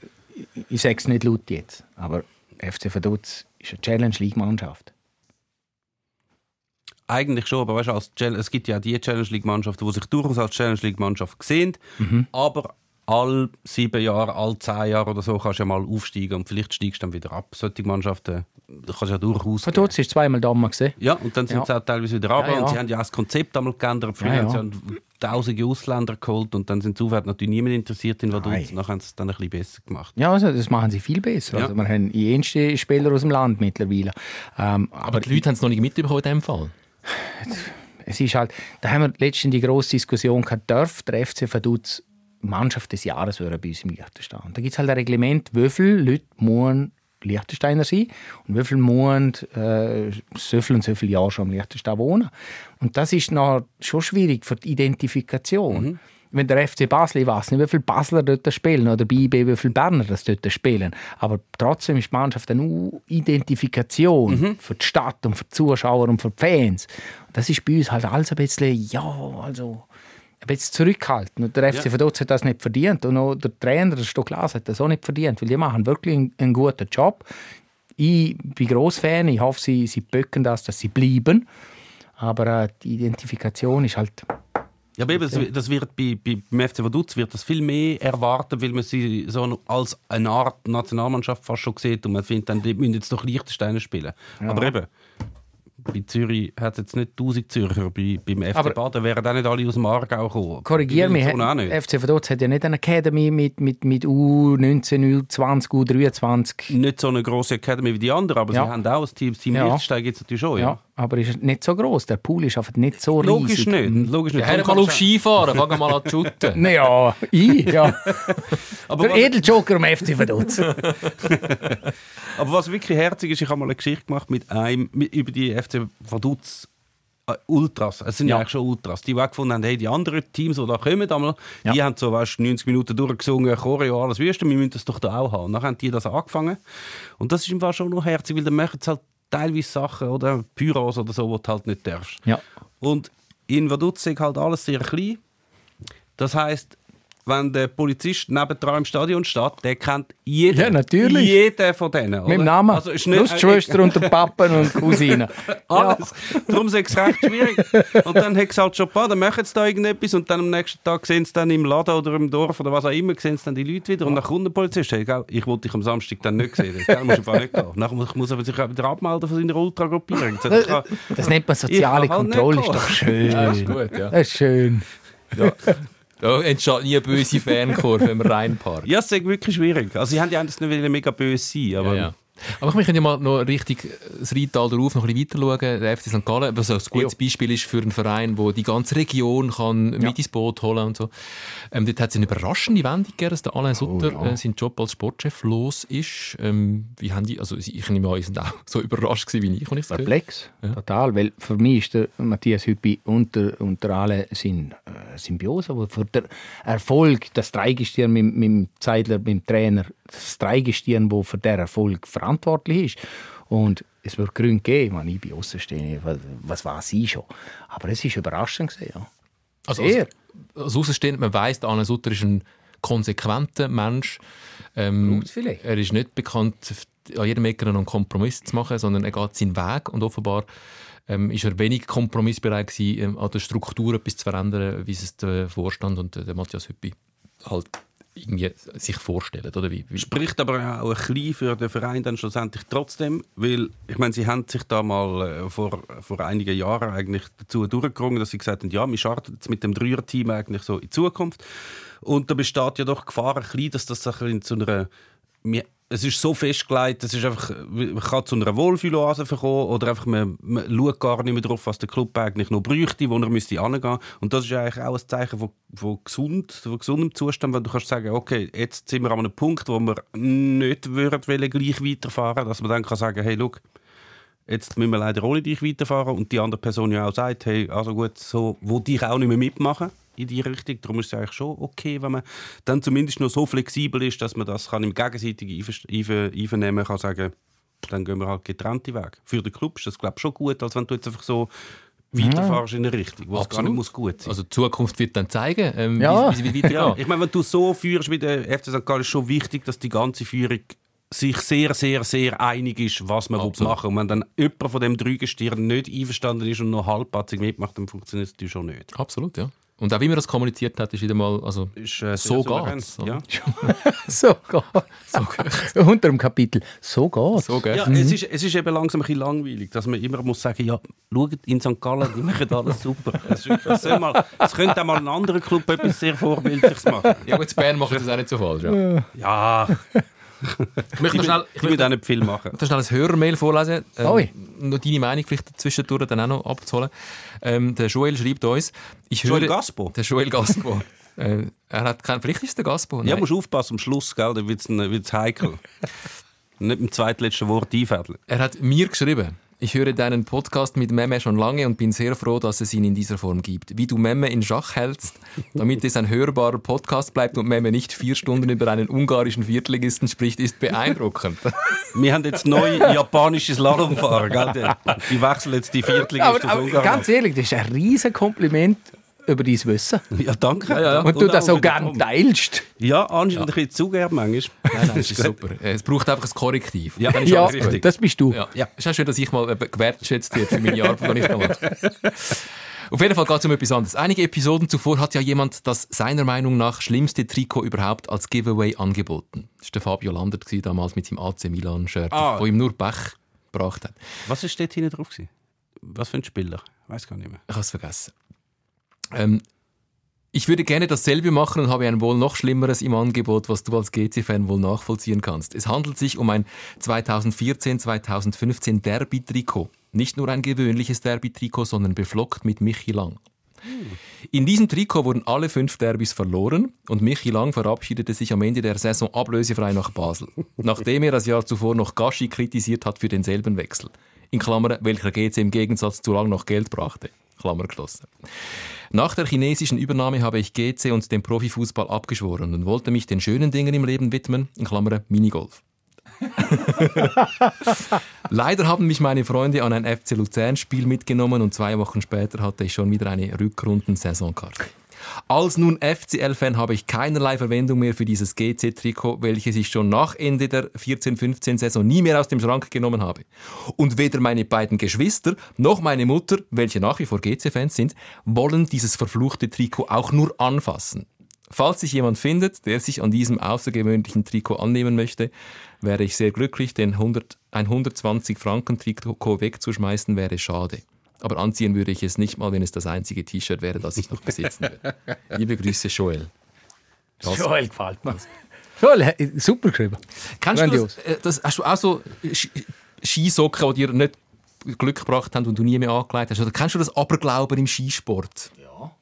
ich sage es nicht laut jetzt, aber F C Vaduz ist eine Challenge-League-Mannschaft. Eigentlich schon, aber weißt du, als Challenge, es gibt ja die Challenge League Mannschaften, die sich durchaus als Challenge League Mannschaft sehen, aber alle sieben Jahre, alle zehn Jahre oder so kannst du ja mal aufsteigen und vielleicht steigst du dann wieder ab. Solche Mannschaften kannst du ja durchaus. Vaduz ist zweimal da gesehen. Ja, und dann sind Ja. sie auch teilweise wieder runter. Ja, ja. Und sie haben ja auch das Konzept einmal geändert. Früher Ja, haben ja. sie ja tausende Ausländer geholt und dann sind sie aufwärts natürlich niemand interessiert in Vaduz. Nein. Nachher haben sie es dann ein bisschen besser gemacht. Ja, also das machen sie viel besser. Ja. Also wir haben jenste Spieler aus dem Land mittlerweile. Ähm, aber aber die Leute haben es noch nicht mitbekommen in dem Fall. es ist halt, da haben wir letztens die grosse Diskussion gehabt, darf der F C Vaduz Mannschaft des Jahres werden bei uns im Liechtenstein. Da gibt es halt ein Reglement, wie viele Leute müssen Liechtensteiner sein und wie viele müssen äh, so viel und so viele Jahre schon im Liechtenstein wohnen. Und das ist noch schon schwierig für die Identifikation. Mhm. Wenn der F C Basel, ich weiß nicht, wie viele Basler dort spielen oder bei I B, wie viele Berner das dort spielen. Aber trotzdem ist die Mannschaft eine Identifikation Mhm. für die Stadt und für die Zuschauer und für die Fans. Das ist bei uns halt alles ein bisschen, ja, also ein bisschen zurückhalten. Und der F C Ja. Vaduz hat das nicht verdient. Und auch der Trainer, der Stocklas, hat das auch nicht verdient. Weil die machen wirklich einen, einen guten Job. Ich bin Grossfan. Ich hoffe, sie, sie böcken das, dass sie bleiben. Aber äh, die Identifikation ist halt... Ja, aber eben, das, das wird bei, bei, beim F C Vaduz wird das viel mehr erwartet, weil man sie so als eine Art Nationalmannschaft fast schon sieht und man findet, dann die müssen jetzt doch Liechtensteiner spielen. Ja. Aber eben, bei Zürich hat es jetzt nicht tausend Zürcher, bei, beim F C Aber- Baden wären auch nicht alle aus dem Aargau gekommen. Korrigier Die mich, Wilson auch nicht. F C Vaduz hat ja nicht eine Academy mit, mit, mit U neunzehn, U zwanzig, U dreiundzwanzig. Nicht so eine grosse Academy wie die anderen, aber Ja. sie haben auch ein Team. Das Team Ja. Liechtenstein gibt es natürlich schon. Ja. Ja. aber ist nicht so gross. Der Pool ist einfach nicht so Logisch riesig. nicht. Logisch nicht. Ja, hör mal auf Skifahren, fang mal an zu shooten. Ja, ich, ja. aber, Der was, Edeljoker am F C Vaduz. aber was wirklich herzig ist, ich habe mal eine Geschichte gemacht mit einem, mit, über die F C Vaduz äh, Ultras. Es sind ja. Ja. eigentlich schon Ultras. Die, die gefunden haben, hey, die anderen Teams, die da kommen, einmal, Ja. die haben so weißt, neunzig Minuten durchgesungen, Choreo, alles Wüste, wir müssen das doch da auch haben. Und dann haben die das angefangen. Und das ist im Fall schon noch herzig, weil dann machen sie halt teilweise Sachen oder Pyros oder so, die du halt nicht darfst. Ja. Und in Vaduz ist halt alles sehr klein. Das heisst, wenn der Polizist nebendran im Stadion steht, der kennt jeden, Ja, natürlich. jeden von denen. Mit dem oder? Namen. Also ist nicht, Plus die Schwester und der Papa und die Cousine. alles. Darum ist es recht schwierig. Und dann hat es halt schon ein paar, dann machen sie da irgendetwas und dann am nächsten Tag sehen sie dann im Laden oder im Dorf oder was auch immer, sehen sie dann die Leute wieder und dann kommt der Polizist. Hey, gell, ich wollte dich am Samstag dann nicht sehen. Gell, musst du einfach nicht gehen. Nachher muss, muss er sich wieder abmelden von seiner Ultragruppierung. Das kann- Das nennt man soziale Ich kann halt Kontrolle. nicht Ist doch schön. Ja, ist gut, ja. Das ist schön. Da entsteht nie eine böse Fankurve, wenn man reinparkt. Ja, es ist wirklich schwierig. Also sie haben ja eigentlich nicht mega böse sein, aber... Ja, ja. Aber wir können ja mal noch richtig das Rheintal darauf noch ein bisschen weiter schauen. Der F C Sankt Gallen, was ein gutes Beispiel ist für einen Verein, der die ganze Region kann mit ins Boot holen und so. Ähm, dort hat es eine überraschende Wendung gegeben, dass der Alain Sutter Oh, ja. äh, seinen Job als Sportchef los ist. Ähm, wie haben die, also ich nehme an, die sind auch so überrascht gewesen wie ich, als ich es gehört habe. Perplex, total. Weil für mich ist der Matthias Hüppi unter, unter alle sind äh, Symbiose. Aber für den Erfolg, das Dreigestirn mit, mit dem Zeidler, mit dem Trainer, das Dreigestirn, das für den Erfolg verantwortlich ist. Und es wird Gründe geben, wenn ich bei Aussenstehenden, was, was weiß ich schon. Aber es war überraschend. Ja. Also Sehr. als, als Außenstehender, man weiss, Alain Sutter ist ein konsequenter Mensch. Ähm, Braucht's vielleicht. er ist nicht bekannt, an jedem Ecke einen Kompromiss zu machen, sondern er geht seinen Weg. Und offenbar ähm, ist er wenig kompromissbereit gewesen, ähm, an der Struktur etwas zu verändern, wie es der Vorstand und der Matthias Hüppi halt irgendwie sich vorstellen. Oder wie, wie? Spricht aber auch ein bisschen für den Verein dann schlussendlich trotzdem, weil ich meine, sie haben sich da mal äh, vor, vor einigen Jahren eigentlich dazu durchgerungen, dass sie gesagt haben, ja, wir starten jetzt mit dem Dreier-Team eigentlich so in die Zukunft. Und da besteht ja doch Gefahr ein bisschen, dass das ein bisschen zu einer... Es ist so festgelegt, es ist einfach, man kann zu einer Wohlfühloase verkommen oder einfach man, man schaut gar nicht mehr drauf, was der Club eigentlich noch bräuchte, wo er müsste hingehen. Und das ist eigentlich auch ein Zeichen von, von, gesund, von gesundem Zustand, wenn du kannst sagen, okay, jetzt sind wir an einem Punkt, wo wir nicht würden gleich weiterfahren, dass man dann kann sagen, hey, schau, jetzt müssen wir leider ohne dich weiterfahren und die andere Person ja auch sagt, hey, also gut, so will dich auch nicht mehr mitmachen in die Richtung. Darum ist es eigentlich schon okay, wenn man dann zumindest noch so flexibel ist, dass man das kann im gegenseitigen Einvernehmen kann sagen, dann gehen wir halt getrennte Wege. Für den Club ist das, glaube ich, schon gut, als wenn du jetzt einfach so weiterfährst in eine Richtung, wo es gar nicht muss gut sein. Also die Zukunft wird dann zeigen, ähm, Ja. wie, wie sie weitergeht. Ja, ich meine, wenn du so führst wie der F C Sankt Gallen, ist schon wichtig, dass die ganze Führung sich sehr, sehr, sehr einig ist, was man Absolut. machen will. Und wenn dann jemand von dem Dreigestirn nicht einverstanden ist und noch halbpatzig mitmacht, dann funktioniert es natürlich schon nicht. Absolut, ja. Und auch wie man das kommuniziert hat, ist wieder mal, also Ist, äh, sehr so souverän. geht's. Ja. So geht's. Unter dem Kapitel. So geht's. So geht's. Ja, es, ist, es ist eben langsam ein bisschen langweilig, dass man immer muss sagen, ja, schaut in Sankt Gallen, die machen alles super. Es, ist, es, soll mal, es könnte auch mal ein anderer Club etwas sehr Vorbildliches machen. Ja, gut, Bern macht das auch nicht so falsch. Ja. Ja, Ich möchte noch schnell, ich ich will möchte auch nicht viel machen. noch schnell ein Hörermail vorlesen. Ähm, Oi. noch deine Meinung vielleicht zwischendurch dann auch noch abzuholen. Ähm, der Joel schreibt uns, ich Joel höre... Gaspo? Der Joel Gaspo. äh, er hat kein, vielleicht ist es der Gaspo. Ja, Nein. musst aufpassen am Schluss, gell? Dann wird es heikel. Nicht im zweitletzten Wort einfädeln. Er hat mir geschrieben, ich höre deinen Podcast mit Memme schon lange und bin sehr froh, dass es ihn in dieser Form gibt. Wie du Memme in Schach hältst, damit es ein hörbarer Podcast bleibt und Memme nicht vier Stunden über einen ungarischen Viertligisten spricht, ist beeindruckend. Wir haben jetzt neu japanische Slalomfahrer, gell? Die, die wechseln jetzt die Viertligisten Aber, aus aber Ungarn. ganz ehrlich, das ist ein riesen Kompliment über dein Wissen. Ja, danke. Ja, ja, ja. Und du Und das auch so gerne wiederum. teilst. Ja, anscheinend ein bisschen zu gern manchmal. Nein, nein, das ist super. Es braucht einfach ein Korrektiv. Ja, Dann ist Ja, alles gut. das bist du. Ja. Ja. Es ist auch schön, dass ich mal äh, gewertschätzt werde für meine Arbeit, die ich da mache. Auf jeden Fall geht es um etwas anderes. Einige Episoden zuvor hat ja jemand das seiner Meinung nach schlimmste Trikot überhaupt als Giveaway angeboten. Das war der Fabio Landert damals mit seinem A C Milan-Shirt, Ah. wo ihm nur Pech gebracht hat. Was war dort hinten drauf? gewesen? Was für ein Spieler? Ich weiß gar nicht mehr. Ich habe es vergessen. Ähm, ich würde gerne dasselbe machen und habe ein wohl noch Schlimmeres im Angebot, was du als G C-Fan wohl nachvollziehen kannst. Es handelt sich um ein zweitausendvierzehn zweitausendfünfzehn Derby-Trikot. Nicht nur ein gewöhnliches Derby-Trikot, sondern beflockt mit Michi Lang. In diesem Trikot wurden alle fünf Derbys verloren und Michi Lang verabschiedete sich am Ende der Saison ablösefrei nach Basel, nachdem er das Jahr zuvor noch Gaschi kritisiert hat für denselben Wechsel. In Klammern, welcher G C im Gegensatz zu Lang noch Geld brachte. Klammer geschlossen. Nach der chinesischen Übernahme habe ich G C und den Profifußball abgeschworen und wollte mich den schönen Dingen im Leben widmen, in Klammern Minigolf. Leider haben mich meine Freunde an ein F C Luzern-Spiel mitgenommen und zwei Wochen später hatte ich schon wieder eine Rückrunden-Saisonkarte. Als nun F C L-Fan habe ich keinerlei Verwendung mehr für dieses G C-Trikot, welches ich schon nach Ende der vierzehn fünfzehn Saison nie mehr aus dem Schrank genommen habe. Und weder meine beiden Geschwister noch meine Mutter, welche nach wie vor G C-Fans sind, wollen dieses verfluchte Trikot auch nur anfassen. Falls sich jemand findet, der sich an diesem außergewöhnlichen Trikot annehmen möchte, wäre ich sehr glücklich, denn hundert, ein hundertzwanzig Franken Trikot wegzuschmeißen wäre schade. Aber anziehen würde ich es nicht mal, wenn es das einzige T-Shirt wäre, das ich noch besitzen würde. Liebe Grüße, Joel. Das- Joel gefällt mir. Joel, äh, super geschrieben. Kennst du Grandios. das, äh, das? Hast du auch so Sch- Skisocken, die dir nicht Glück gebracht haben und du nie mehr angelegt hast? Oder kennst du das Aberglauben im Skisport?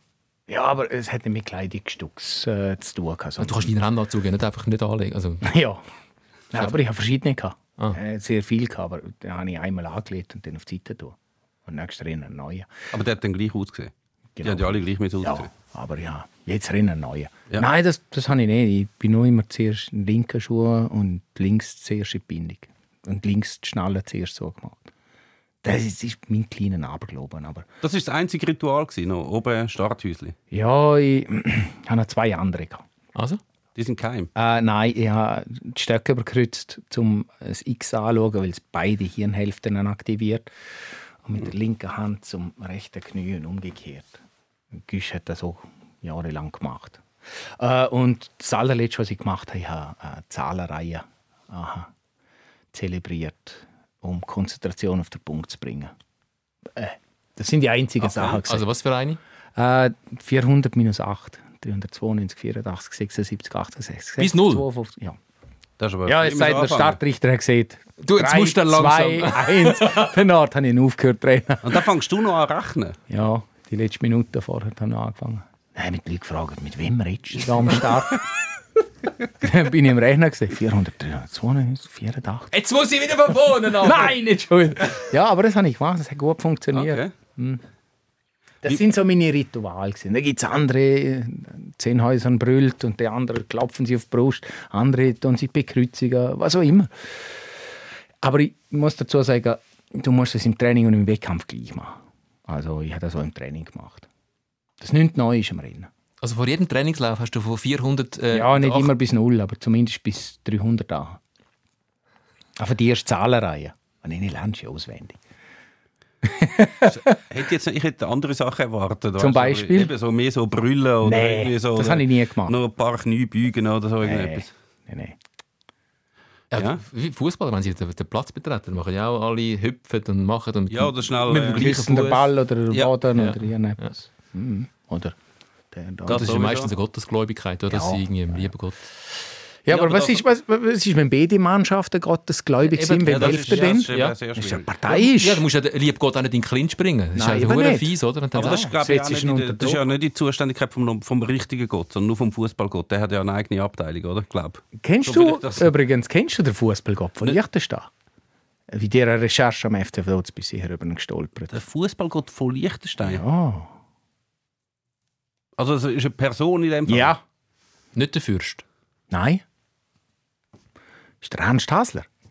Ja, aber es hat nicht mit Kleidungsstücks äh, zu tun. Also, Du kannst deinen Rennanzug nicht einfach nicht anlegen. Also, ja. ja, aber ich habe verschiedene gehabt. Ah. Äh, sehr viel gehabt, aber den habe ich einmal angelegt und dann auf die Seite tun. Und nächstes Rennen einen neuen. Aber der hat dann gleich ausgesehen. Die Genau. haben ja alle gleich mit ausgesehen. Ja, aber ja, jetzt Rennen einen neuen. Ja. Nein, das, das habe ich nicht. Ich bin nur immer zuerst in den linken Schuh und links zuerst in die Bindung. Und links die Schnalle zuerst so gemacht. Das ist, ist mein kleiner Aberglauben. Aber Das war das einzige Ritual, gewesen, noch oben Starthäusli. ja, ich habe noch zwei andere gehabt. also? Die sind geheim. Äh, nein, ich habe die Stöcke überkreuzt, um das X anzuschauen, weil es beide Hirnhälften aktiviert. Und mit der linken Hand zum rechten Knie und umgekehrt. Güsch hat das so jahrelang gemacht. Äh, und das allerletzte, was ich gemacht habe, ich habe eine Zahlenreihe aha, zelebriert, um Konzentration auf den Punkt zu bringen. Äh, das sind die einzigen Okay. Sachen. gewesen. Also was für eine? Äh, vierhundert minus acht. dreihundertzweiundneunzig, vierundachtzig, sechsundsiebzig, achtundsiebzig. Bis null? zweiundfünfzig, ja. Das ist aber Ja, jetzt immer sagt so der anfangen. Startrichter hat gesagt, Du, jetzt drei, musst du dann zwei, langsam. eins. Danach habe ich ihn aufgehört zu trainen. Und dann fängst du noch an rechnen. Ja, die letzte Minute vorher habe ich angefangen. Dann haben mich die Leute gefragt, mit wem redest du da am Start? Dann bin ich im Rechner gesehen, vierhundert, zweihundertzweiundneunzig, vierundachtzig. Jetzt muss ich wieder von vorne an. Nein, nicht schon. Ja, aber das habe ich gemacht, das hat gut funktioniert. Okay. Das sind so meine Rituale. gewesen. Da gibt es andere, äh, zehn Häusern brüllt und die anderen klopfen sie auf die Brust, andere tun sich bekreuzigen, was auch immer. Aber ich muss dazu sagen, du musst es im Training und im Wettkampf gleich machen. Also ich habe das auch im Training gemacht. Das nichts Neues im Rennen. Also vor jedem Trainingslauf hast du von vierhundert... Äh, Ja, nicht acht- immer bis null, aber zumindest bis dreihundert an. Aber die erste Zahlenreihe, und ich lernst du auswendig. Hätte jetzt, ich hätte andere Sachen erwartet. weißt Zum du, Beispiel? Eben so mehr so brüllen oder Nee, irgendwie so. das oder habe ich nie gemacht. Noch ein paar Knie beugen oder so. Nee, irgendetwas. nee, nee. Ja, Ja. wie Fußballer, wenn sie den, den Platz betreten, machen ja auch alle hüpfen und machen. Und Ja, oder schnell, Mit äh, dem gleichen Küssen der Fuß. Ball oder der Ja. Boden Ja. oder irgendetwas. Mhm. Oder der da. Das ist ja sowieso. meistens eine Gottesgläubigkeit, oder? Dass Ja. sie irgendwie im lieben Gott... Ja, Ja, aber aber was das- ist, was, was ist, wenn beide Mannschaften gottesgläubig Eben, sind? ja, Wer das hilft ist- dir denn? Das ist eben Ja. sehr Das ist schwierig. ja parteiisch. Ja, du musst ja den lieben Gott auch nicht in den Clinch bringen. Das ist Nein, einfach eben verdammt nicht. fies, oder? Wenn du Aber das sagst, ist, glaube ich, auch setzt nicht, dich unter in der- das ist ja Druck. nicht die Zuständigkeit vom, vom richtigen Gott, sondern nur vom Fußballgott. Der hat ja eine eigene Abteilung, oder? Glaub. Kennst So du vielleicht das- übrigens kennst du den Fußballgott von Liechtenstein? Wie der Recherche am F C F bis hierher über ihn gestolpert. Der Fußballgott von Liechtenstein. Ja. Also es ist eine Person in dem Fall. Ja. nicht der Fürst. Nein. Ist der Ernst Hasler.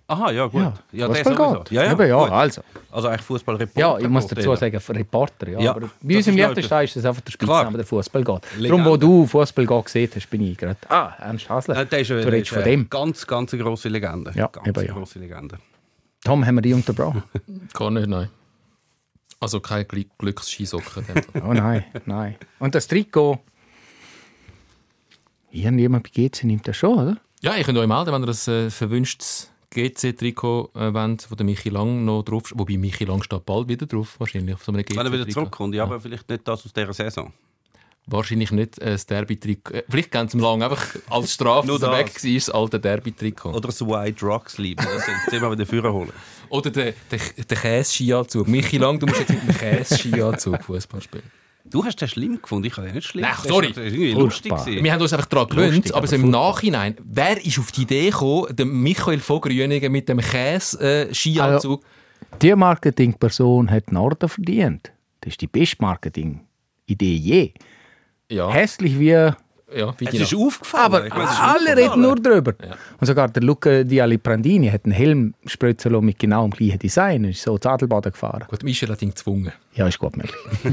Aha, ja, gut. Ja, Ja, der Fußball sowieso. geht. Ja, ja, Eben, ja, gut. also. Also eigentlich Fußballreporter. Ja, ich muss geht dazu der. sagen, Reporter. Ja. Ja, Aber das bei uns im ist noch Liechtenstein ist das einfach der Klar. Spitzname, der Fußball geht. Legende. Darum, wo du Fußball geht gesehen hast, bin ich gerade. Ah, Ernst Hasler. Nein, der ist, du der redest ist von eine dem. Ganz, ganz eine grosse Legende. Ja, ganz eben, ja. grosse Legende. Tom, haben wir dich unterbrochen? Gar nicht, nein. Also keine Gl- Glücksskisocken. Oh nein, nein. Und das Trikot, irgendjemand bei G C nimmt das schon, oder? Ja, ich könnt euch melden, wenn ihr ein äh, verwünschtes G C-Trikot äh, wollt, wo der Michi Lang noch drauf steht. Wobei Michi Lang steht bald wieder drauf, wahrscheinlich. Auf so einem G C-Trikot. Wenn er wieder zurückkommt, ja, aber vielleicht nicht das aus dieser Saison. Wahrscheinlich nicht äh, das Derby-Trikot. Äh, vielleicht gehen sie ihm lang einfach als Strafe, Nur dass er das. weg war, das alte Derby-Trikot. Oder das White Rock Sleeve. Das sind immer wieder Führer holen. Oder der, der, der Käse-Skianzug. Michi Lang, du musst jetzt mit dem Käse-Skianzug Fußball spielen. Du hast den schlimm gefunden, ich habe den nicht schlimm. Nein, Das sorry. ist- Das ist irgendwie Furchtbar. lustig gewesen. Wir haben uns einfach daran gewöhnt, Lustig, aber aber so im furchtbar. Nachhinein, wer ist auf die Idee gekommen, den Michael Vogerjönige mit dem Käse-Skianzug? Die Marketingperson hat einen Orden verdient. Das ist die beste Marketing-Idee je. ja, Hässlich wie... ja, wie Es die ist aufgefallen. Aber Ich meine, es ist alle aufgefallen. reden nur darüber. Und sogar der Luca Di Aliprandini hat einen Helm spritzen lassen mit genau dem gleichen Design. Er ist so zu Adelboden gefahren. Gut, Michel hat ihn gezwungen. Ja, ist gut möglich.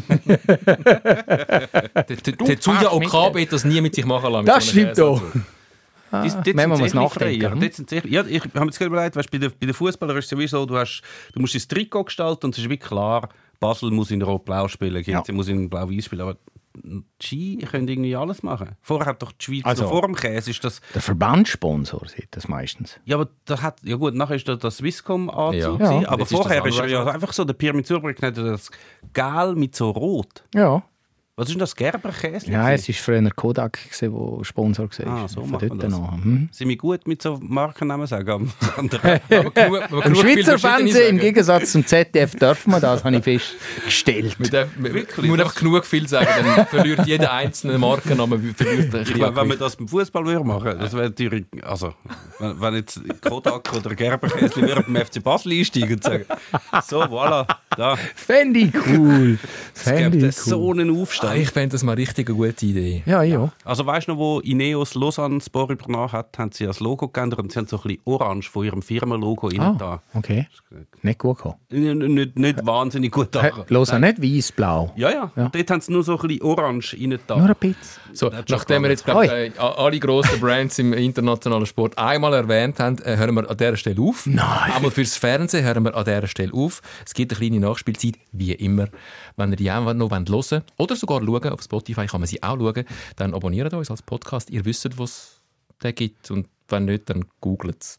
Der, der, der Zuya fährst mit Okabe hat das nie mit sich machen lassen. mit Das so einem stimmt auch. Käseanzug. Die- dort wenn man sind muss sie nachdenken, freier. hm? Dort sind sie- Ja, ich habe mir jetzt gerade überlegt, weißt, bei den, bei den Fußballern ist es sowieso, du, hast, du musst das Trikot gestalten und es ist wie klar, Basel muss in Rot-Blau spielen, G C Ja. muss in Blau-Weiß spielen, aber die Ski können irgendwie alles machen. Vorher hat doch die Schweiz, Also- noch vor dem Käse, ist das... Der Verbandssponsor sieht das meistens. Ja, aber da hat, ja gut, nachher ist da das Swisscom-Anzug, Ja. gewesen, Ja. aber Jetzt ist das vorher ist er ja Sunrise. einfach so, der Pierre mit Zurbrück hat das Gel mit so Rot. Ja. Was ist denn das, Gerberkäse? Ja, es war früher Kodak, der Sponsor war. Ah, so Von macht man dort das. noch. Hm. Sind wir gut mit so Markennamen sagen? am anderen? Aber genug, aber Im genug viel Schweizer Verschiedenes Fernsehen, im sagen. Gegensatz zum Z D F, dürfen wir das, habe ich festgestellt. Man darf- man- Wirklich? man muss einfach genug viel sagen, dann verliert jeder einzelne Markennamen verliert ein Ich bisschen meine, wenn an wir das beim Fußball würden machen, das wäre natürlich, also, wenn, wenn jetzt Kodak oder Gerberkäse würden beim F C Basel einsteigen und sagen, so, voilà, da, Fände ich cool. es Fände gibt ich so cool. einen Gewicht. Aufstand. Ah, ich fände das mal richtig eine gute Idee. Ja, ja. Also weißt du noch, wo Ineos Lausanne das Spor übernommen hat, haben sie das Logo geändert und sie haben so ein bisschen orange von ihrem Firmenlogo rein Ah, da. okay. Nicht gut gekommen. Nicht, nicht, nicht wahnsinnig gut Hey, da. Los nicht weiß-blau. Ja, ja, Ja. dort haben sie nur so ein bisschen orange rein da. Nur ein bisschen. So, Das hat schon nachdem wir jetzt glaub, Oi. äh, alle grossen Brands im internationalen Sport einmal erwähnt haben, äh, hören wir an dieser Stelle auf. Nein. Einmal fürs Fernsehen hören wir an dieser Stelle auf. Es gibt eine kleine Nachspielzeit, wie immer. Wenn ihr die auch noch hören wollt oder sogar schauen, auf Spotify kann man sie auch schauen, dann abonniert uns als Podcast. Ihr wisst, was es gibt. Und wenn nicht, dann googelt es.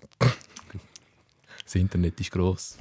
Das Internet ist gross.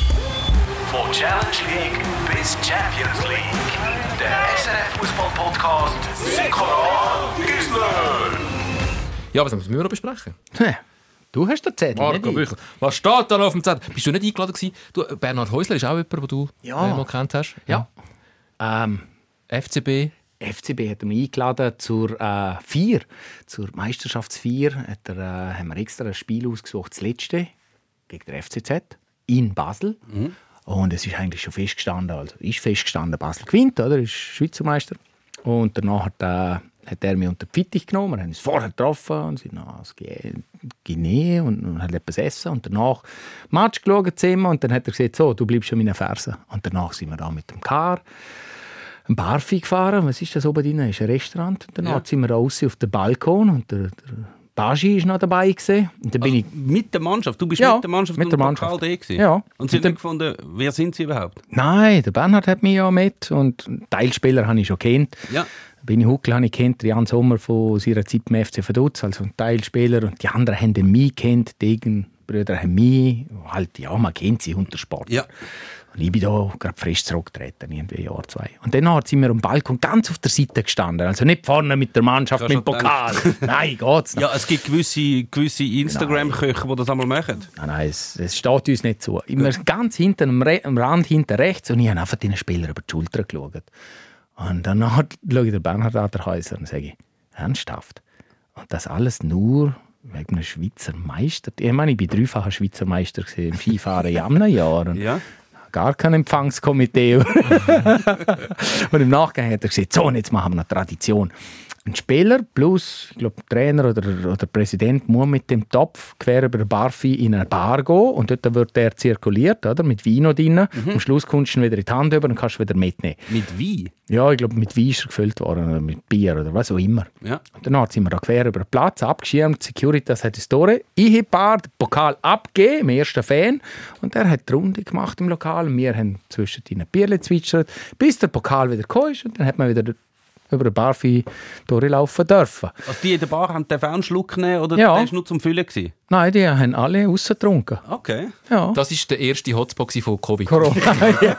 Von Challenge League bis Champions League. Der S R F Fußball-Podcast Sikora Gisler. Ja, was müssen wir noch besprechen? Hm. Du hast den Zettel, Marco nicht ich. Büchel. Was steht da auf dem Zettel? Bist du nicht eingeladen gewesen? Du, Bernhard Häusler ist auch jemand, den du Ja. äh, mal kennt hast. Ja. Ähm, F C B. F C B hat mich eingeladen zur äh, Vier, zur Meisterschaftsvier. Hat er, äh, haben wir extra ein Spiel ausgesucht, das letzte, gegen den F C Z in Basel. Mhm. Und es ist eigentlich schon festgestanden, also ist festgestanden, Basel gewinnt, oder? Ist Schweizer Meister. Und danach hat, äh, hat er mich unter die Fittich genommen. Wir haben uns vorher getroffen und sind nach Guinea und, und haben etwas essen. Und danach Match geschaut zusammen und dann hat er gesagt, so, du bleibst schon meine Fersen. Und danach sind wir da mit dem Car ein Barfi gefahren. Was ist das oben drin? Das ist ein Restaurant. Und danach Ja. sind wir raus auf den Balkon und der, der Baji war noch dabei. Gewesen. Und dann bin ich Mit der Mannschaft? Du bist Ja, mit der Mannschaft mit und der im Mannschaft. Pokal da gewesen? Ja. Und sie Und haben dann- nicht gefunden, wer sind sie überhaupt? Nein, der Bernhard hat mich ja mit und Teilspieler habe ich schon kennt. Ja. Benny Huckel habe ich kennt, Jan Sommer von seiner Zeit beim F C Vaduz, also ein Teilspieler. Und die anderen haben den mich kennt, die Degenbrüder haben mich. Halt, ja, man kennt sie unter Sport. Ja. Und ich bin da gerade frisch zurückgetreten, irgendwie ein Jahr, zwei. Und dann sind wir am Balkon ganz auf der Seite gestanden. Also nicht vorne mit der Mannschaft, Ich mit dem habe Pokal. Nein, geht's nicht. Ja, es gibt gewisse, gewisse Instagram-Köche, die das einmal machen. Nein, nein, es, es steht uns nicht zu. Immer ganz hinten, am, Re am Rand hinten rechts. Und ich habe einfach den Spieler über die Schulter geschaut. Und dann schaue ich den Bernhard an der Häuser und sage, ernsthaft? Und das alles nur wegen einem Schweizer Meister? Ich meine, ich war dreifacher Schweizer Meister im Skifahren in einem Jahr. Und Ja. gar kein Empfangskomitee. Und im Nachgang hat er gesagt, so, und jetzt machen wir eine Tradition. ein Spieler plus, ich glaube, Trainer oder, oder Präsident muss mit dem Topf quer über den Barfi in eine Bar gehen und dort wird der zirkuliert, oder? Mit Wein noch drin. Mhm. Am Schluss kommst du ihn wieder in die Hand über und kannst du wieder mitnehmen. Mit Wein? Ja, ich glaube, mit Wein ist er gefüllt worden oder mit Bier oder was auch immer. Ja. Und danach sind wir da quer über den Platz, abgeschirmt, Securitas hat das Tore, ich habe Bar, den Pokal abgegeben, im ersten Fan, und er hat die Runde gemacht im Lokal und wir haben zwischen den Bierchen zwitschert, bis der Pokal wieder gekommen ist und dann hat man wieder über den Barfi durchlaufen dürfen. Also die in der Bar haben auch einen Schluck nehmen oder ja. der war nur zum Füllen gewesen? Nein, die haben alle rausgetrunken. Okay. Ja. Das war der erste Hotspot von Covid. Corona,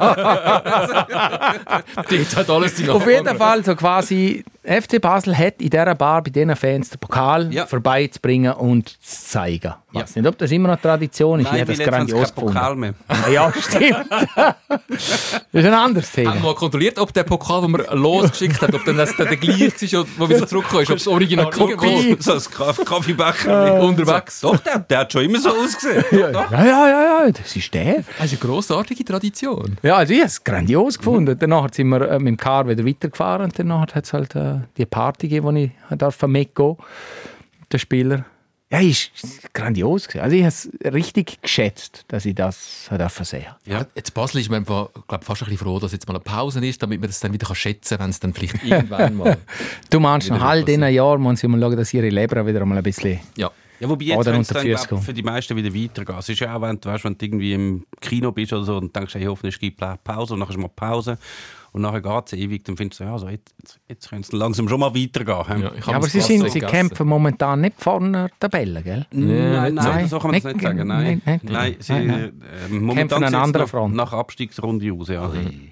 ja. Dort hat alles Auf jeden Fall, so quasi, F C Basel hat in dieser Bar bei diesen Fans den Pokal ja. vorbeizubringen und zu zeigen. Ich Ja. weiß nicht, ob das immer noch Tradition ist. Nein, ich habe das weil jetzt haben sie grandios keinen Pokal gefunden. mehr. Ja, stimmt. Das ist ein anderes Thema. Haben wir mal kontrolliert, ob der Pokal, den wir losgeschickt haben, ob dann das der gleiche ist, der wieder zurückgekommen ist, ob das Original Kopie. So ein Kaff- Kaffeebecher. unterwegs. Doch, der, der hat schon immer so ausgesehen. Ja, ja, ja, ja, ja, das ist der. Das ist eine grossartige Tradition. Ja, also ich habe es grandios gefunden. Mhm. Danach sind wir äh, mit dem Car wieder weitergefahren und danach hat es halt äh, die Party gegeben, wo ich darf mitgehen durfte. Der Spieler. Ja, ist grandios gewesen. Also ich habe es richtig geschätzt, dass ich das dürfen sehen. Ja. Jetzt Basel ist man einfach, glaub, fast ein bisschen froh, dass jetzt mal eine Pause ist, damit man das dann wieder schätzen kann, wenn es dann vielleicht irgendwann mal... Du meinst, nach all diesen Jahren muss ich mal schauen, dass ihre Leber wieder mal ein bisschen... Ja. Ja, wobei jetzt, Oder wenn es unter dann die Füße glaub, kommen. für die meisten wieder weitergeht. Es ist ja auch, wenn du, weißt, wenn du irgendwie im Kino bist oder so und denkst, hey, hoffentlich gibt es Pause und nachher ist mal Pause und nachher geht es ewig, dann findest du, ja, also jetzt, jetzt könnte es langsam schon mal weitergehen. Ja, ich Ja, hab aber das sie, Glas sind, so sie gegessen. kämpfen momentan nicht vorne der Tabelle, gell? Nein, nein, nein. so kann man das Nicht- nicht sagen. Nein, nicht- nein, sie nein, nein. Äh, momentan Kämpfen an sieht's anderer nach, Front. nach Abstiegsrunde aus. Ja.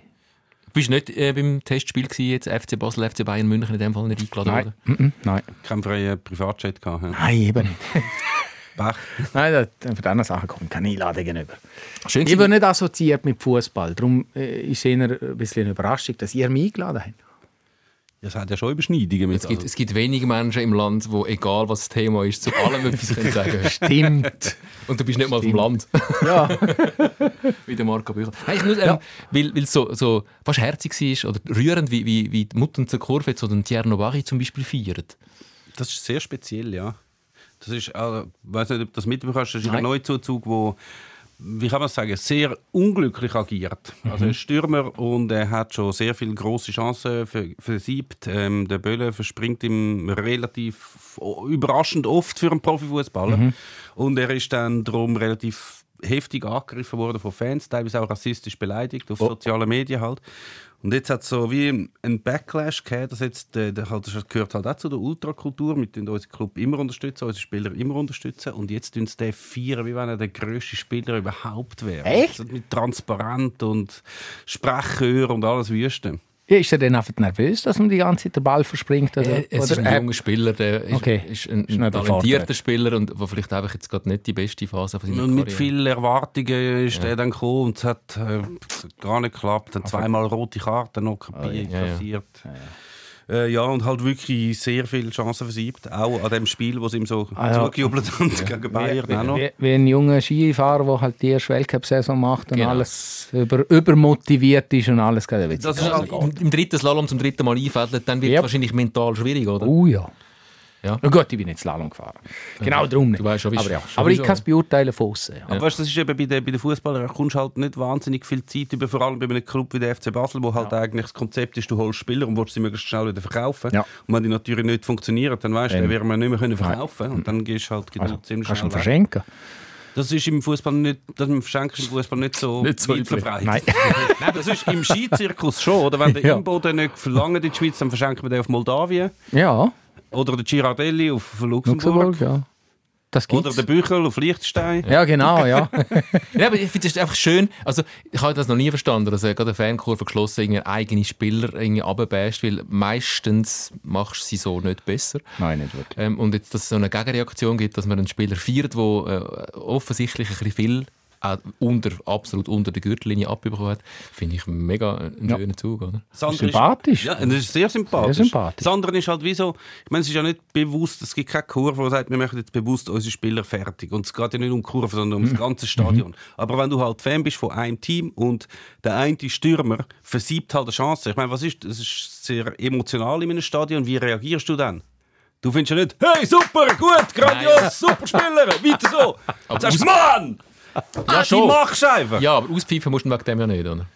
Du bist nicht äh, beim Testspiel gewesen, jetzt F C Basel, F C Bayern München in dem Fall nicht eingeladen Nein. worden? Mhm, nein. Keinen freien Privatjet gehabt. Ja. Nein, eben nicht. Pech. Nein, da- von diesen Sachen kommt keine Einladungen über. Schön Ich bin nicht assoziiert mit Fußball. Darum äh, ist es eher ein bisschen eine Überraschung, dass ihr mich eingeladen habt. Es hat ja schon Überschneidungen mit. Es gibt, es gibt wenige Menschen im Land, die, egal was das Thema ist, zu allem etwas können sagen können. Stimmt. Und du bist nicht mal vom Land, Ja. wie der Marco Büchel. Hey, ich muss, ähm, Ja. Weil weil es so, so fast herzig war oder rührend, wie, wie, wie die Mutter zur Kurve jetzt so den Tierno Bari zum Beispiel feiert. Das ist sehr speziell, ja. Das ist, also, ich weiß nicht, ob du das mitbekommen hast, das ist Nein. ein Neuzuzug, der, wie kann man sagen, sehr unglücklich agiert. Also er ist Stürmer und er hat schon sehr viele grosse Chancen ver- versiebt. Ähm, der Bölle verspringt ihm relativ überraschend oft für einen Profifußballer. Mhm. Und er ist dann darum relativ heftig angegriffen worden von Fans, teilweise auch rassistisch beleidigt auf Oh. sozialen Medien halt. Und jetzt hat es so wie einen Backlash gegeben, dass jetzt, äh, der, halt, das gehört halt auch zu der Ultrakultur, mit dem unseren Club immer unterstützen, unsere Spieler immer unterstützen. Und jetzt tun sie den feiern, wie wenn er der grösste Spieler überhaupt wäre. Echt? Also mit Transparent und Sprechchör und alles Wüste. Ja, ist er denn einfach nervös, dass man die ganze Zeit den Ball verspringt? Oder, Äh, es ist oder ein äh, junger Spieler, der ist, Okay. ist ein, Ist ein nicht talentierter überfordert. Spieler und der vielleicht einfach jetzt gerade nicht die beste Phase von seiner Und mit Karriere. vielen Erwartungen ist er dann gekommen und es hat äh, gar nicht geklappt. Dann zweimal rote Karten noch kapiert, ja, ja. kassiert. Äh, ja, und halt wirklich sehr viele Chancen versiebt. Auch an dem Spiel, wo sie ihm so Ah, ja. zugejubelt haben gegen Bayern. auch noch. wie, wie ein junger Skifahrer, der halt die erste Weltcup-Saison macht und Genau. alles über, übermotiviert ist und alles geht. Das Das ist ist halt, im, Im dritten Slalom zum dritten Mal einfädeln, dann wird es Yep. wahrscheinlich mental schwierig, oder? Oh ja. Ja. Na gut, ich bin nicht Slalom gefahren. Genau darum nicht. Du weißt schon, wie aber, ja. schon aber ich wieso. kann es beurteilen von außen. Ja. aber weißt, das ist eben bei den, bei den Fußballern, da kommst du halt nicht wahnsinnig viel Zeit über, vor allem bei einem Club wie der F C Basel, wo halt eigentlich das Konzept ist, du holst Spieler und willst sie möglichst schnell wieder verkaufen. Ja. Und wenn die natürlich nicht funktionieren, dann weißt du, Dann- den werden wir nicht mehr können verkaufen und dann gehst du halt genau Also, ziemlich kannst du schnell ihn weg. verschenken? Das ist im Fußball nicht, das mit dem Verschenken im Fußball nicht so, Nicht so weit üblich. verbreitet. Nein. Nein, das ist im Skizirkus schon, oder? Wenn der Ja. Imboden nicht verlangt in die Schweiz, dann verschenken wir den auf Moldawien. Ja, Oder der Girardelli auf Luxemburg. Luxemburg, ja. Das Oder gibt's. der Büchel auf Liechtenstein. Ja, genau, ja. Ja, aber ich finde es einfach schön. Also, ich habe das noch nie verstanden, dass äh, gerade eine Fankurve geschlossen irgendwie eigene Spieler irgendwie runterbässt, weil meistens machst du sie so nicht besser. Nein, nicht wirklich. Ähm, und jetzt, dass es so eine Gegenreaktion gibt, dass man einen Spieler feiert, der äh, offensichtlich ein bisschen viel auch unter, absolut unter der Gürtellinie abbekommen hat, finde ich mega einen Ja. schönen Zug. Oder? Das andere Sympathisch. Ist, ja, das ist sehr sympathisch. Sehr sympathisch. Das andere ist halt wie so, ich meine, es ist ja nicht bewusst, es gibt keine Kurve, die sagt, wir machen jetzt bewusst unsere Spieler fertig. Und es geht ja nicht um die Kurve, sondern um das ganze Stadion. Aber wenn du halt Fan bist von einem Team und der eine Stürmer versiebt halt eine Chance. Ich meine, was ist, das ist sehr emotional in einem Stadion. Wie reagierst du dann? Du findest ja nicht, hey, super, gut, grandios, super Spieler, weiter so. Aber Du sagst, aus- Mann! Ja, Die machst du einfach. Ja, aber auspfeifen musst du wegen dem ja nicht, oder?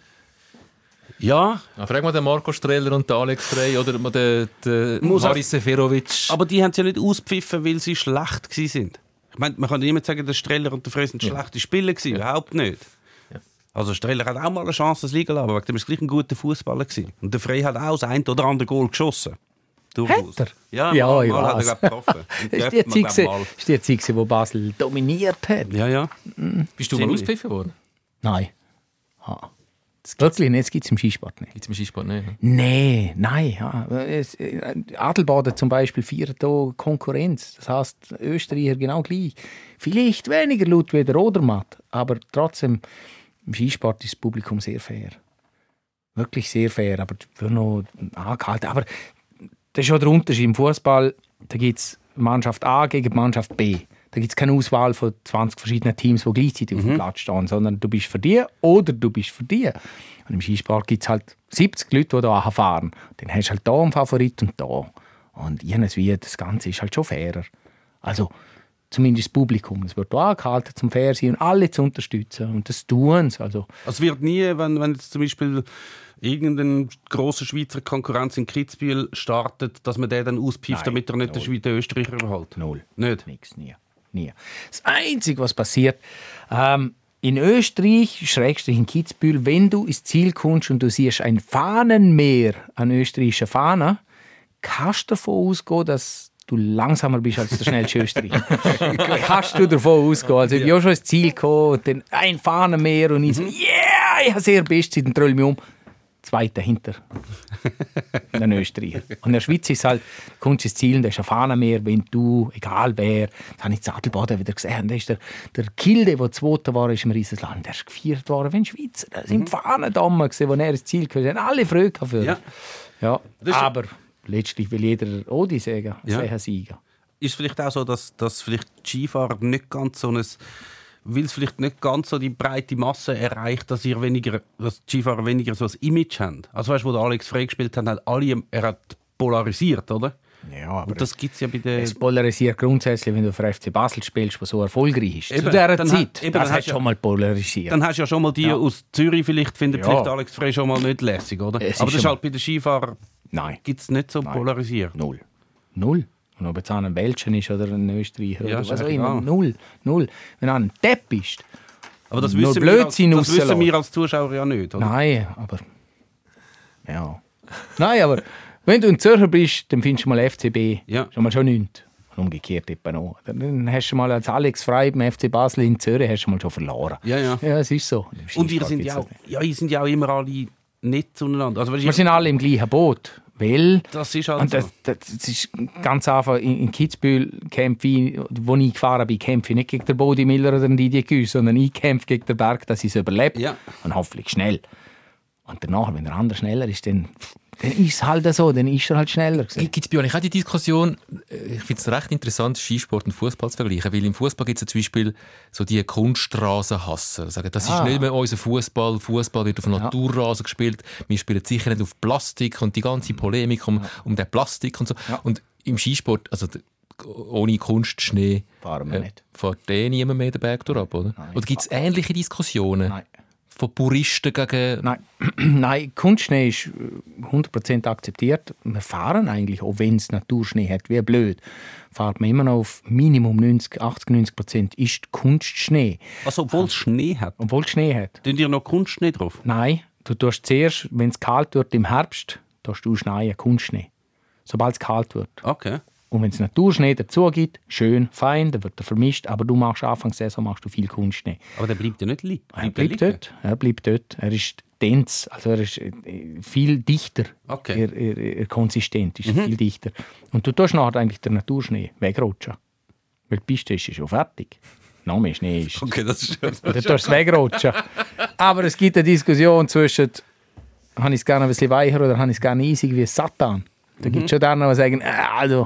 Ja, Ja, frag mal den Marco Streller und den Alex Frey oder mal den, den Muss Haris Seferovic. aber die haben es ja nicht auspfiffen, weil sie schlecht gewesen sind. Ich meine, man kann niemand sagen, der Streller und der Frey sind schlechte Spieler gewesen, überhaupt nicht. Also Streller hat auch mal eine Chance, das liegen lassen, aber wegen dem war es gleich ein guter Fußballer gewesen. Und der Frey hat auch das ein oder andere Goal geschossen. Durchaus. Hat er? Ja, Ja, mal, ich mal hat er weiß. glaub, getroffen. Und Das ist Göpp die man, Zeit, glaub, mal. ist die Zeit, wo Basel dominiert hat. Ja, ja. Bist du mal ziemlich. auspfiffen worden? Nein. Ha. Wirklich nicht, das gibt es im Skisport nicht. Gibt es im Skisport nicht? ne? Nein, nein. Ja. Es- äh, Adelboden zum Beispiel feiert hier Konkurrenz. Das heisst, Österreicher genau gleich. Vielleicht weniger laut wie der Odermatt, aber trotzdem, im Skisport ist das Publikum sehr fair. Wirklich sehr fair, aber wird noch angehalten. Aber das ist schon der Unterschied. Im Fußball gibt es Mannschaft A gegen die Mannschaft B. Da gibt es keine Auswahl von zwanzig verschiedenen Teams, die gleichzeitig auf dem Platz stehen, sondern du bist für die oder du bist für die. Und im Skisport gibt es halt siebzig Leute, die hier fahren. Dann hast du halt da einen Favorit und da. Und irgendwie, das Ganze ist halt schon fairer. Also zumindest das Publikum. Es wird da angehalten, zum fair sein und alle zu unterstützen. Und das tun sie. Also, Es wird nie, wenn, wenn jetzt zum Beispiel irgendein grosser Schweizer Konkurrenz in Kitzbühel startet, dass man den dann auspfeift, Nein, damit er nicht null. den Schweizer Österreicher überholt. null. Nicht? Nichts, nie. nie. Das Einzige, was passiert, ähm, in Österreich, Schrägstrich in Kitzbühel, wenn du ins Ziel kommst und du siehst ein Fahnenmeer an österreichischen Fahnen, kannst du davon ausgehen, dass du langsamer bist als der schnellste Österreicher. kannst du davon ausgehen. Also ich bin auch schon ins Ziel gekommen und dann ein Fahnenmeer und ich so, yeah, ich habe sehr Bestzeit und drehe mich um. Zweiter hinter den Österreicher. Und in der Schweiz ist es halt, du kommst ins Ziel und da ist ein Fahnenmeer, wenn du, egal wer, das habe ich in Adelboden wieder gesehen, da ist der, der Kilde, der Zweiter war, ist im Riesensland, der ist gefeiert worden wie ein Schweizer. Da sind Fahnendammen gesehen, wo er ins Ziel kam. Alle Freude dafür. Ja. Ja. Das ist- Aber letztlich will jeder Odi sagen, Ja. ja. Sieger. Ist es vielleicht auch so, dass, dass vielleicht die Skifahrer nicht ganz so ein, weil es vielleicht nicht ganz so die breite Masse erreicht, dass, ihr weniger, dass die Skifahrer weniger so ein Image haben. Also weißt du, wo der Alex Frey gespielt hat, hat alle, er hat polarisiert, oder? Ja, aber Und das gibt es ja bei den... es polarisiert grundsätzlich, wenn du für F C Basel spielst, der so erfolgreich ist. Eben, Zu dieser dann Zeit, hat- eben, das dann hat hast du- schon mal polarisiert. Dann hast du ja schon mal die Ja. aus Zürich, vielleicht findet Ja. vielleicht Alex Frey schon mal nicht lässig, oder? Es ist Aber das ist schon halt bei den Skifahrern Nein. gibt es nicht so Nein. polarisiert. Null. Null. Und ob jetzt einer ein Welschen ist oder ein Österreicher Ja, oder ist was auch eigentlich immer. egal. Null. Null. Wenn einer ein Depp ist. Aber das Nur wissen, wir als, Blödsinn das wissen rauslassen. wir als Zuschauer ja nicht, oder? Nein, aber. Ja. Nein, aber wenn du ein Zürcher bist, dann findest du mal F C B. Ja. Schon mal schon nichts. Und umgekehrt etwa noch. Dann hast du mal als Alex Frey beim F C Basel in Zürich hast du mal schon verloren. Ja, ja. Ja, es ist so. Und ihr sind ja auch, ja, ihr sind ja auch immer alle nicht zueinander. Also, weißt du, Wir sind alle im gleichen Boot. Weil, das ist halt und das, so. das, das ist ganz einfach, in, in Kitzbühel kämpfe ich, wo ich gefahren bin, kämpfe ich nicht gegen den Bodi Miller oder den Didier Güss, sondern ich kämpfe gegen den Berg, dass ich es überlebe. Ja. Und hoffentlich schnell. Und danach, wenn der andere schneller ist, dann, dann ist es halt so, dann ist er halt schneller gewesen. Gibt es bei euch auch die Diskussion, äh, ich finde es recht interessant, Skisport und Fußball zu vergleichen, weil im Fußball gibt es ja zum Beispiel so die Kunststraßenhasser, die sagen, das ist Ah. nicht mehr unser Fußball, Fußball wird auf Naturrasen gespielt, wir spielen sicher nicht auf Plastik und die ganze Polemik um, um den Plastik und so. Und im Skisport, also d- ohne Kunstschnee, Fahren wir nicht. fährt eh niemand mehr den Berg durch ab, oder? Oder gibt es ähnliche Diskussionen Nein. von Puristen gegen... Nein, Nein, Kunstschnee ist äh, hundert Prozent akzeptiert. Wir fahren eigentlich, auch wenn es Naturschnee hat, wie blöd, fährt man immer noch auf Minimum neunzig, achtzig, neunzig Prozent ist Kunstschnee. Also, obwohl es Schnee hat. Obwohl es Schnee hat. Tun ihr noch Kunstschnee drauf? Nein, du tust zuerst, wenn es kalt wird im Herbst, tust du schneien, Kunstschnee. Sobald es kalt wird. Okay. Und wenn es Naturschnee dazu gibt, schön, fein, dann wird er vermischt, aber du machst Anfang der Saison machst du viel Kunstschnee. Aber der bleibt ja nicht liegen. Er bleibt dort. Er bleibt dort. Er ist dens, also er ist äh, viel dichter. Okay. Er, er, er konsistent ist viel dichter. Und du tust nachher eigentlich den Naturschnee wegrutschen. Weil die Piste ist ja schon fertig. noch mehr Schnee ist. Okay, das ist schön. Oder durchs Wegrutschen. Aber es gibt eine Diskussion zwischen, habe ich es gerne ein bisschen weicher oder habe ich es gerne eisig wie Satan. Da gibt es schon dann, die sagen, äh, also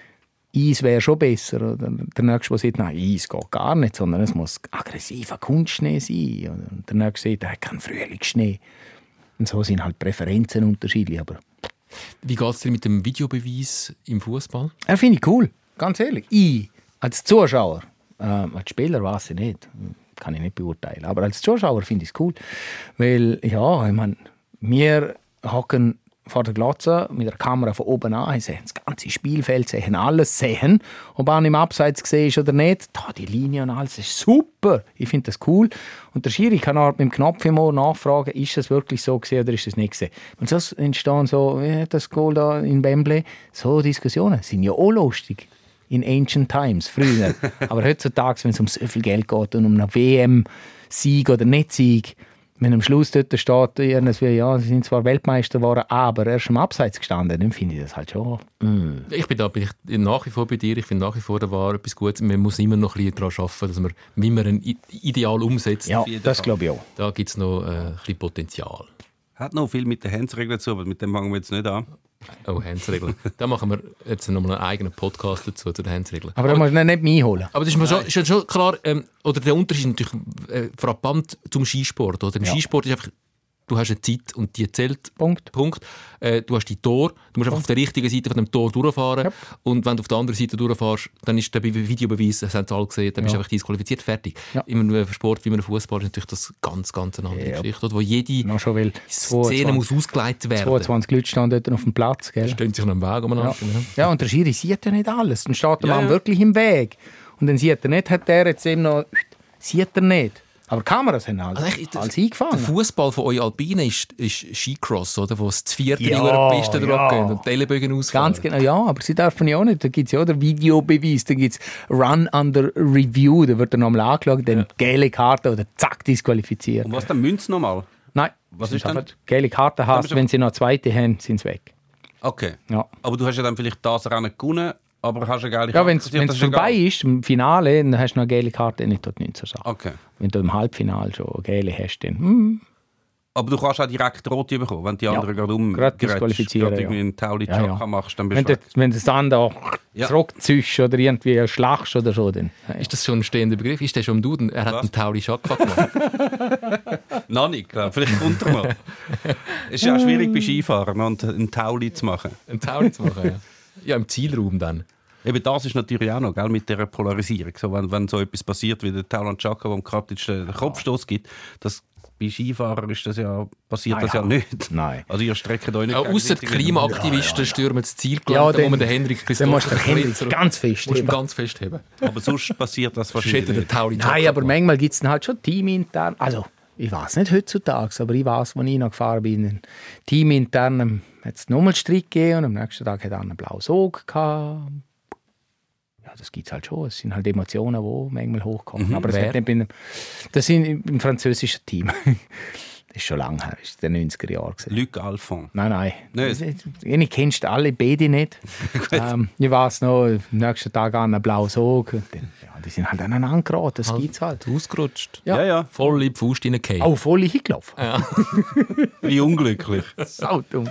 Eis wäre schon besser. Oder der Nächste, der sagt, nein, Eis geht gar nicht, sondern es muss aggressiver Kunstschnee sein. Oder der Nächste sagt, er hat keinen Frühlingsschnee. Und so sind halt Präferenzen unterschiedlich. Aber Wie geht es dir mit dem Videobeweis im Fußball? ja, finde ich cool, ganz ehrlich. Ich, als Zuschauer, äh, als Spieler weiß ich nicht, kann ich nicht beurteilen, aber als Zuschauer finde ich es cool. Weil, ja, ich meine, wir hocken vor der Glotze mit der Kamera von oben an, sehen das ganze Spielfeld, sehen alles, sehen, ob man im Abseits gesehen ist oder nicht. Da, die Linie und alles ist super. Ich finde das cool. Und der Schiri kann auch mit dem Knopf im Ohr nachfragen, ist das wirklich so gesehen oder ist das nicht gesehen. Und so entstehen so, wie das Goal da in Wembley, so Diskussionen sind ja auch lustig. In ancient times, früher. Aber heutzutage, wenn es um so viel Geld geht und um einen W M-Sieg oder Nicht-Sieg, wenn am Schluss dort steht, ja, sie sind zwar Weltmeister geworden, aber er ist im Abseits gestanden, dann finde ich das halt schon. Mm. Ich bin da bin ich nach wie vor bei dir. Ich finde nach wie vor, da war etwas Gutes. Man muss immer noch ein bisschen daran arbeiten, dass man, wie man ein Ideal umsetzt. Ja, das glaube ich auch. Da gibt es noch äh, ein bisschen Potenzial. Hat noch viel mit den Handsregeln zu, aber mit dem fangen wir jetzt nicht an. Oh, Handsregeln. Da machen wir jetzt nochmal einen eigenen Podcast dazu, zu den Handsregeln. Aber da musst du ihn nicht mehr einholen. Aber das ist mir schon, ist ja schon klar, ähm, oder der Unterschied ist natürlich äh, frappant zum Skisport. Oder? Im Ja. Skisport ist einfach, du hast eine Zeit und die zählt. Punkt. Punkt. Äh, du hast die Tor, du musst einfach auf der richtigen Seite von dem Tor durchfahren. Ja. Und wenn du auf der anderen Seite durchfährst, dann ist der Be- Videobeweis, das haben sie alle gesehen, dann bist du Ja. einfach disqualifiziert, fertig. Ja. In einem Sport wie einem Fußball ist natürlich das ganz, ganz eine andere Ja. Geschichte, oder? Wo jede Noch schon, weil Szene muss ausgeleitet werden. zweiundzwanzig Leute stehen dort auf dem Platz, gell? Stehen sich noch im Weg umeinander. Ja. ja, und der Schiri sieht ja nicht alles. Dann steht der Ja, Mann ja. wirklich im Weg. Und dann sieht er nicht, hat er jetzt eben noch... Sieht er nicht. Aber die Kameras haben halt Also echt, alles der eingefangen. Fußball von euch Alpinen ist, ist Skicross, oder? Wo es das vierte Ja, über die Piste ja. durchgehen und die Ellenbögen ausfahren. Ganz genau, ja, aber sie dürfen ja auch nicht. Da gibt es ja auch den Videobeweis, da gibt es Run under Review, da wird er nochmal angeschaut, dann gelbe Karte oder zack, disqualifiziert. Und was dann Münz nochmal? Nein, Was es ist dann? einfach, gelbe Karte hast, bist du- wenn sie noch eine zweite haben, sind sie weg. Okay. Ja. Aber du hast ja dann vielleicht das Rennen gewonnen, aber hast ja geile Ja, wenn kassiert, es das ist vorbei egal. ist, im Finale, dann hast du noch eine gelbe Karte, nicht dort neunzehn Sachen. Okay. Wenn du im Halbfinale schon eine gelbe hast, dann hm, Aber du kannst auch direkt rote bekommen, wenn die anderen gerade um gerade disqualifizieren, gerade irgendwie ja. einen Tauli Ja, ja. machst, dann bist wenn du du, wenn du es dann da Ja. zurückziehst oder irgendwie schlachst oder so, dann... Ja. Ist das schon ein stehender Begriff? Ist der schon im Duden? Er hat Was? einen Tauli Schakwa gemacht. noch nicht, glaube ich. Vielleicht kommt er mal. Es ist ja auch schwierig bei Skifahren und einen Tauli zu machen. einen Tauli zu machen, ja. Ja, im Zielraum dann. Eben das ist natürlich auch noch, gell, mit dieser Polarisierung. So, wenn, wenn so etwas passiert wie der Tauland Chaka, wo ihm gerade den Kopfstoß gibt, das, bei Skifahrern ist das ja, passiert Ah, das ja. ja nicht. Nein. Also ihr streckt euch nicht Auch ausser die gegenseitig. Klimaaktivisten stürmen das Ziel Ja, gelangt, wo dann- man den Henrik Dann musst du den Christoph Henrik ganz fest musst ihn heben. ganz fest heben. Aber sonst passiert das Sonst hätte wahrscheinlich der nicht. Tauli Nein, Schakwa aber gemacht. manchmal gibt es halt schon teamintern. Also, ich weiß nicht heutzutage, aber ich weiß, als ich noch gefahren bin, ein teamintern hat es nochmal Streit gegeben und am nächsten Tag hat er einen blauen Sog gehabt. Ja, das gibt es halt schon. Es sind halt Emotionen, die manchmal hochkommen. Aber das, Wer? hat nicht bei einem, das sind im französischen Team. Das ist schon lange her, das ist in den neunziger Jahren. Luc Alphon. Nein, nein. Nicht? Ich kennst alle beide nicht. ähm, ich weiß noch, am nächsten Tag an einen blauen Sog. Und dann, ja, die sind halt aneinander geraten, das gibt's halt. Ausgerutscht. Ja. Ja, ja. Voll in die Faust hineingefallen. Auch voll hingelaufen. Wie unglücklich. Sau dumm.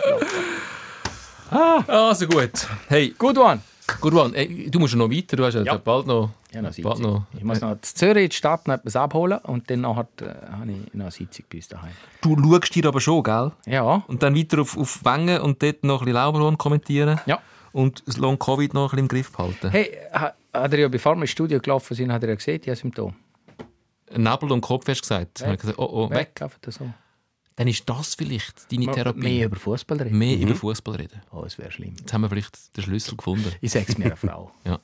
Also gut. Hey, Good one. gut, Juan, ey, du musst ja noch weiter. Du hast ja, Ja. bald noch... Ja, noch bald Sitzung. noch Ich muss noch in Zürich in die Stadt noch etwas abholen und dann nachher, äh, habe ich noch eine Sitzung bis daheim. Du schaust dir aber schon, gell? Ja. Und dann weiter auf, auf Wengen und dort noch ein bisschen Lauberhorn kommentieren. Ja. Und das Long-Covid noch ein bisschen im Griff behalten. Hey, ha- hat er ja, bevor wir ins Studio gelaufen sind, hat er ja gesehen, die Symptome. Nebel und Kopf hast du gesagt. Dann habe ich gesagt, oh, oh, weg. Weg, einfach so. Dann ist das vielleicht deine Therapie. Mehr über Fußball reden. Mehr über Fußball reden. Oh, es wäre schlimm. Jetzt haben wir vielleicht den Schlüssel gefunden. Ich sage es mir einer Frau. Ja.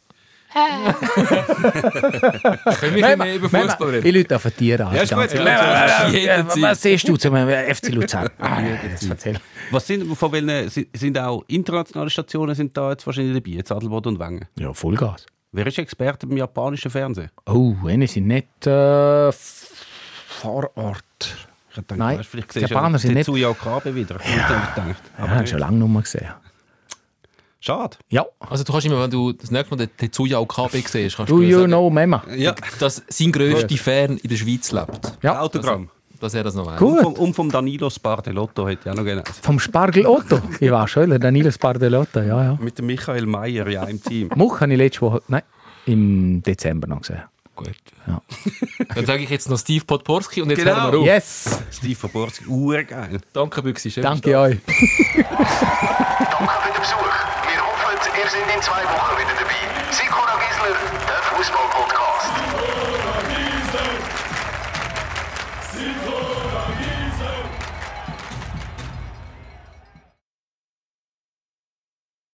Können wir mehr über Fußball reden? Ich Leute auf ein Tier an. Ja, ist gut. Ganz- Ja, Jederzeit. Was was siehst du zum F C Luzern? Ah, das erzähl. Was sind, von welchen, sind- sind auch internationale Stationen sind da jetzt wahrscheinlich dabei? Jetzt Adelboden und Wengen. Ja, Vollgas. Wer ist Experte beim japanischen Fernsehen? Oh, eine sind nicht äh, f- vor Ort. Ich hab gedacht, Nein, weißt, vielleicht die siehst Japaner du sind nicht- Tetsuya Okabe wieder. Ja. Ich gedacht. Ja, Aber hast nicht. schon lange nicht mehr gesehen. Schade. Ja. Also du kannst immer, wenn du das nächste Mal den Tetsuya Okabe siehst, kannst Do du you sagen, know Mema? Ja, dass sein grösster Fan in der Schweiz lebt. Ja. Autogramm. Dass er das noch weiß. Gut. Und vom, und vom Danilo Spardelotto hätte ich auch noch gerne. Vom Spargel Otto. Ich war schon, der Danilo Spargelotto, ja, ja. Mit dem Michael Mayer ja im Team. Much habe ich letzte Woche, nein, im Dezember noch gesehen. Gut. Ja. Dann sage ich jetzt noch Steve Podporski und jetzt Genau. hören wir auf. Yes! Steve Verborski, urgeil. Danke, Büchsi. Schön Danke euch. Danke für den Besuch. Wir hoffen, ihr seid in zwei Wochen wieder dabei. Sikora Gisler, der Fußball-Podcast.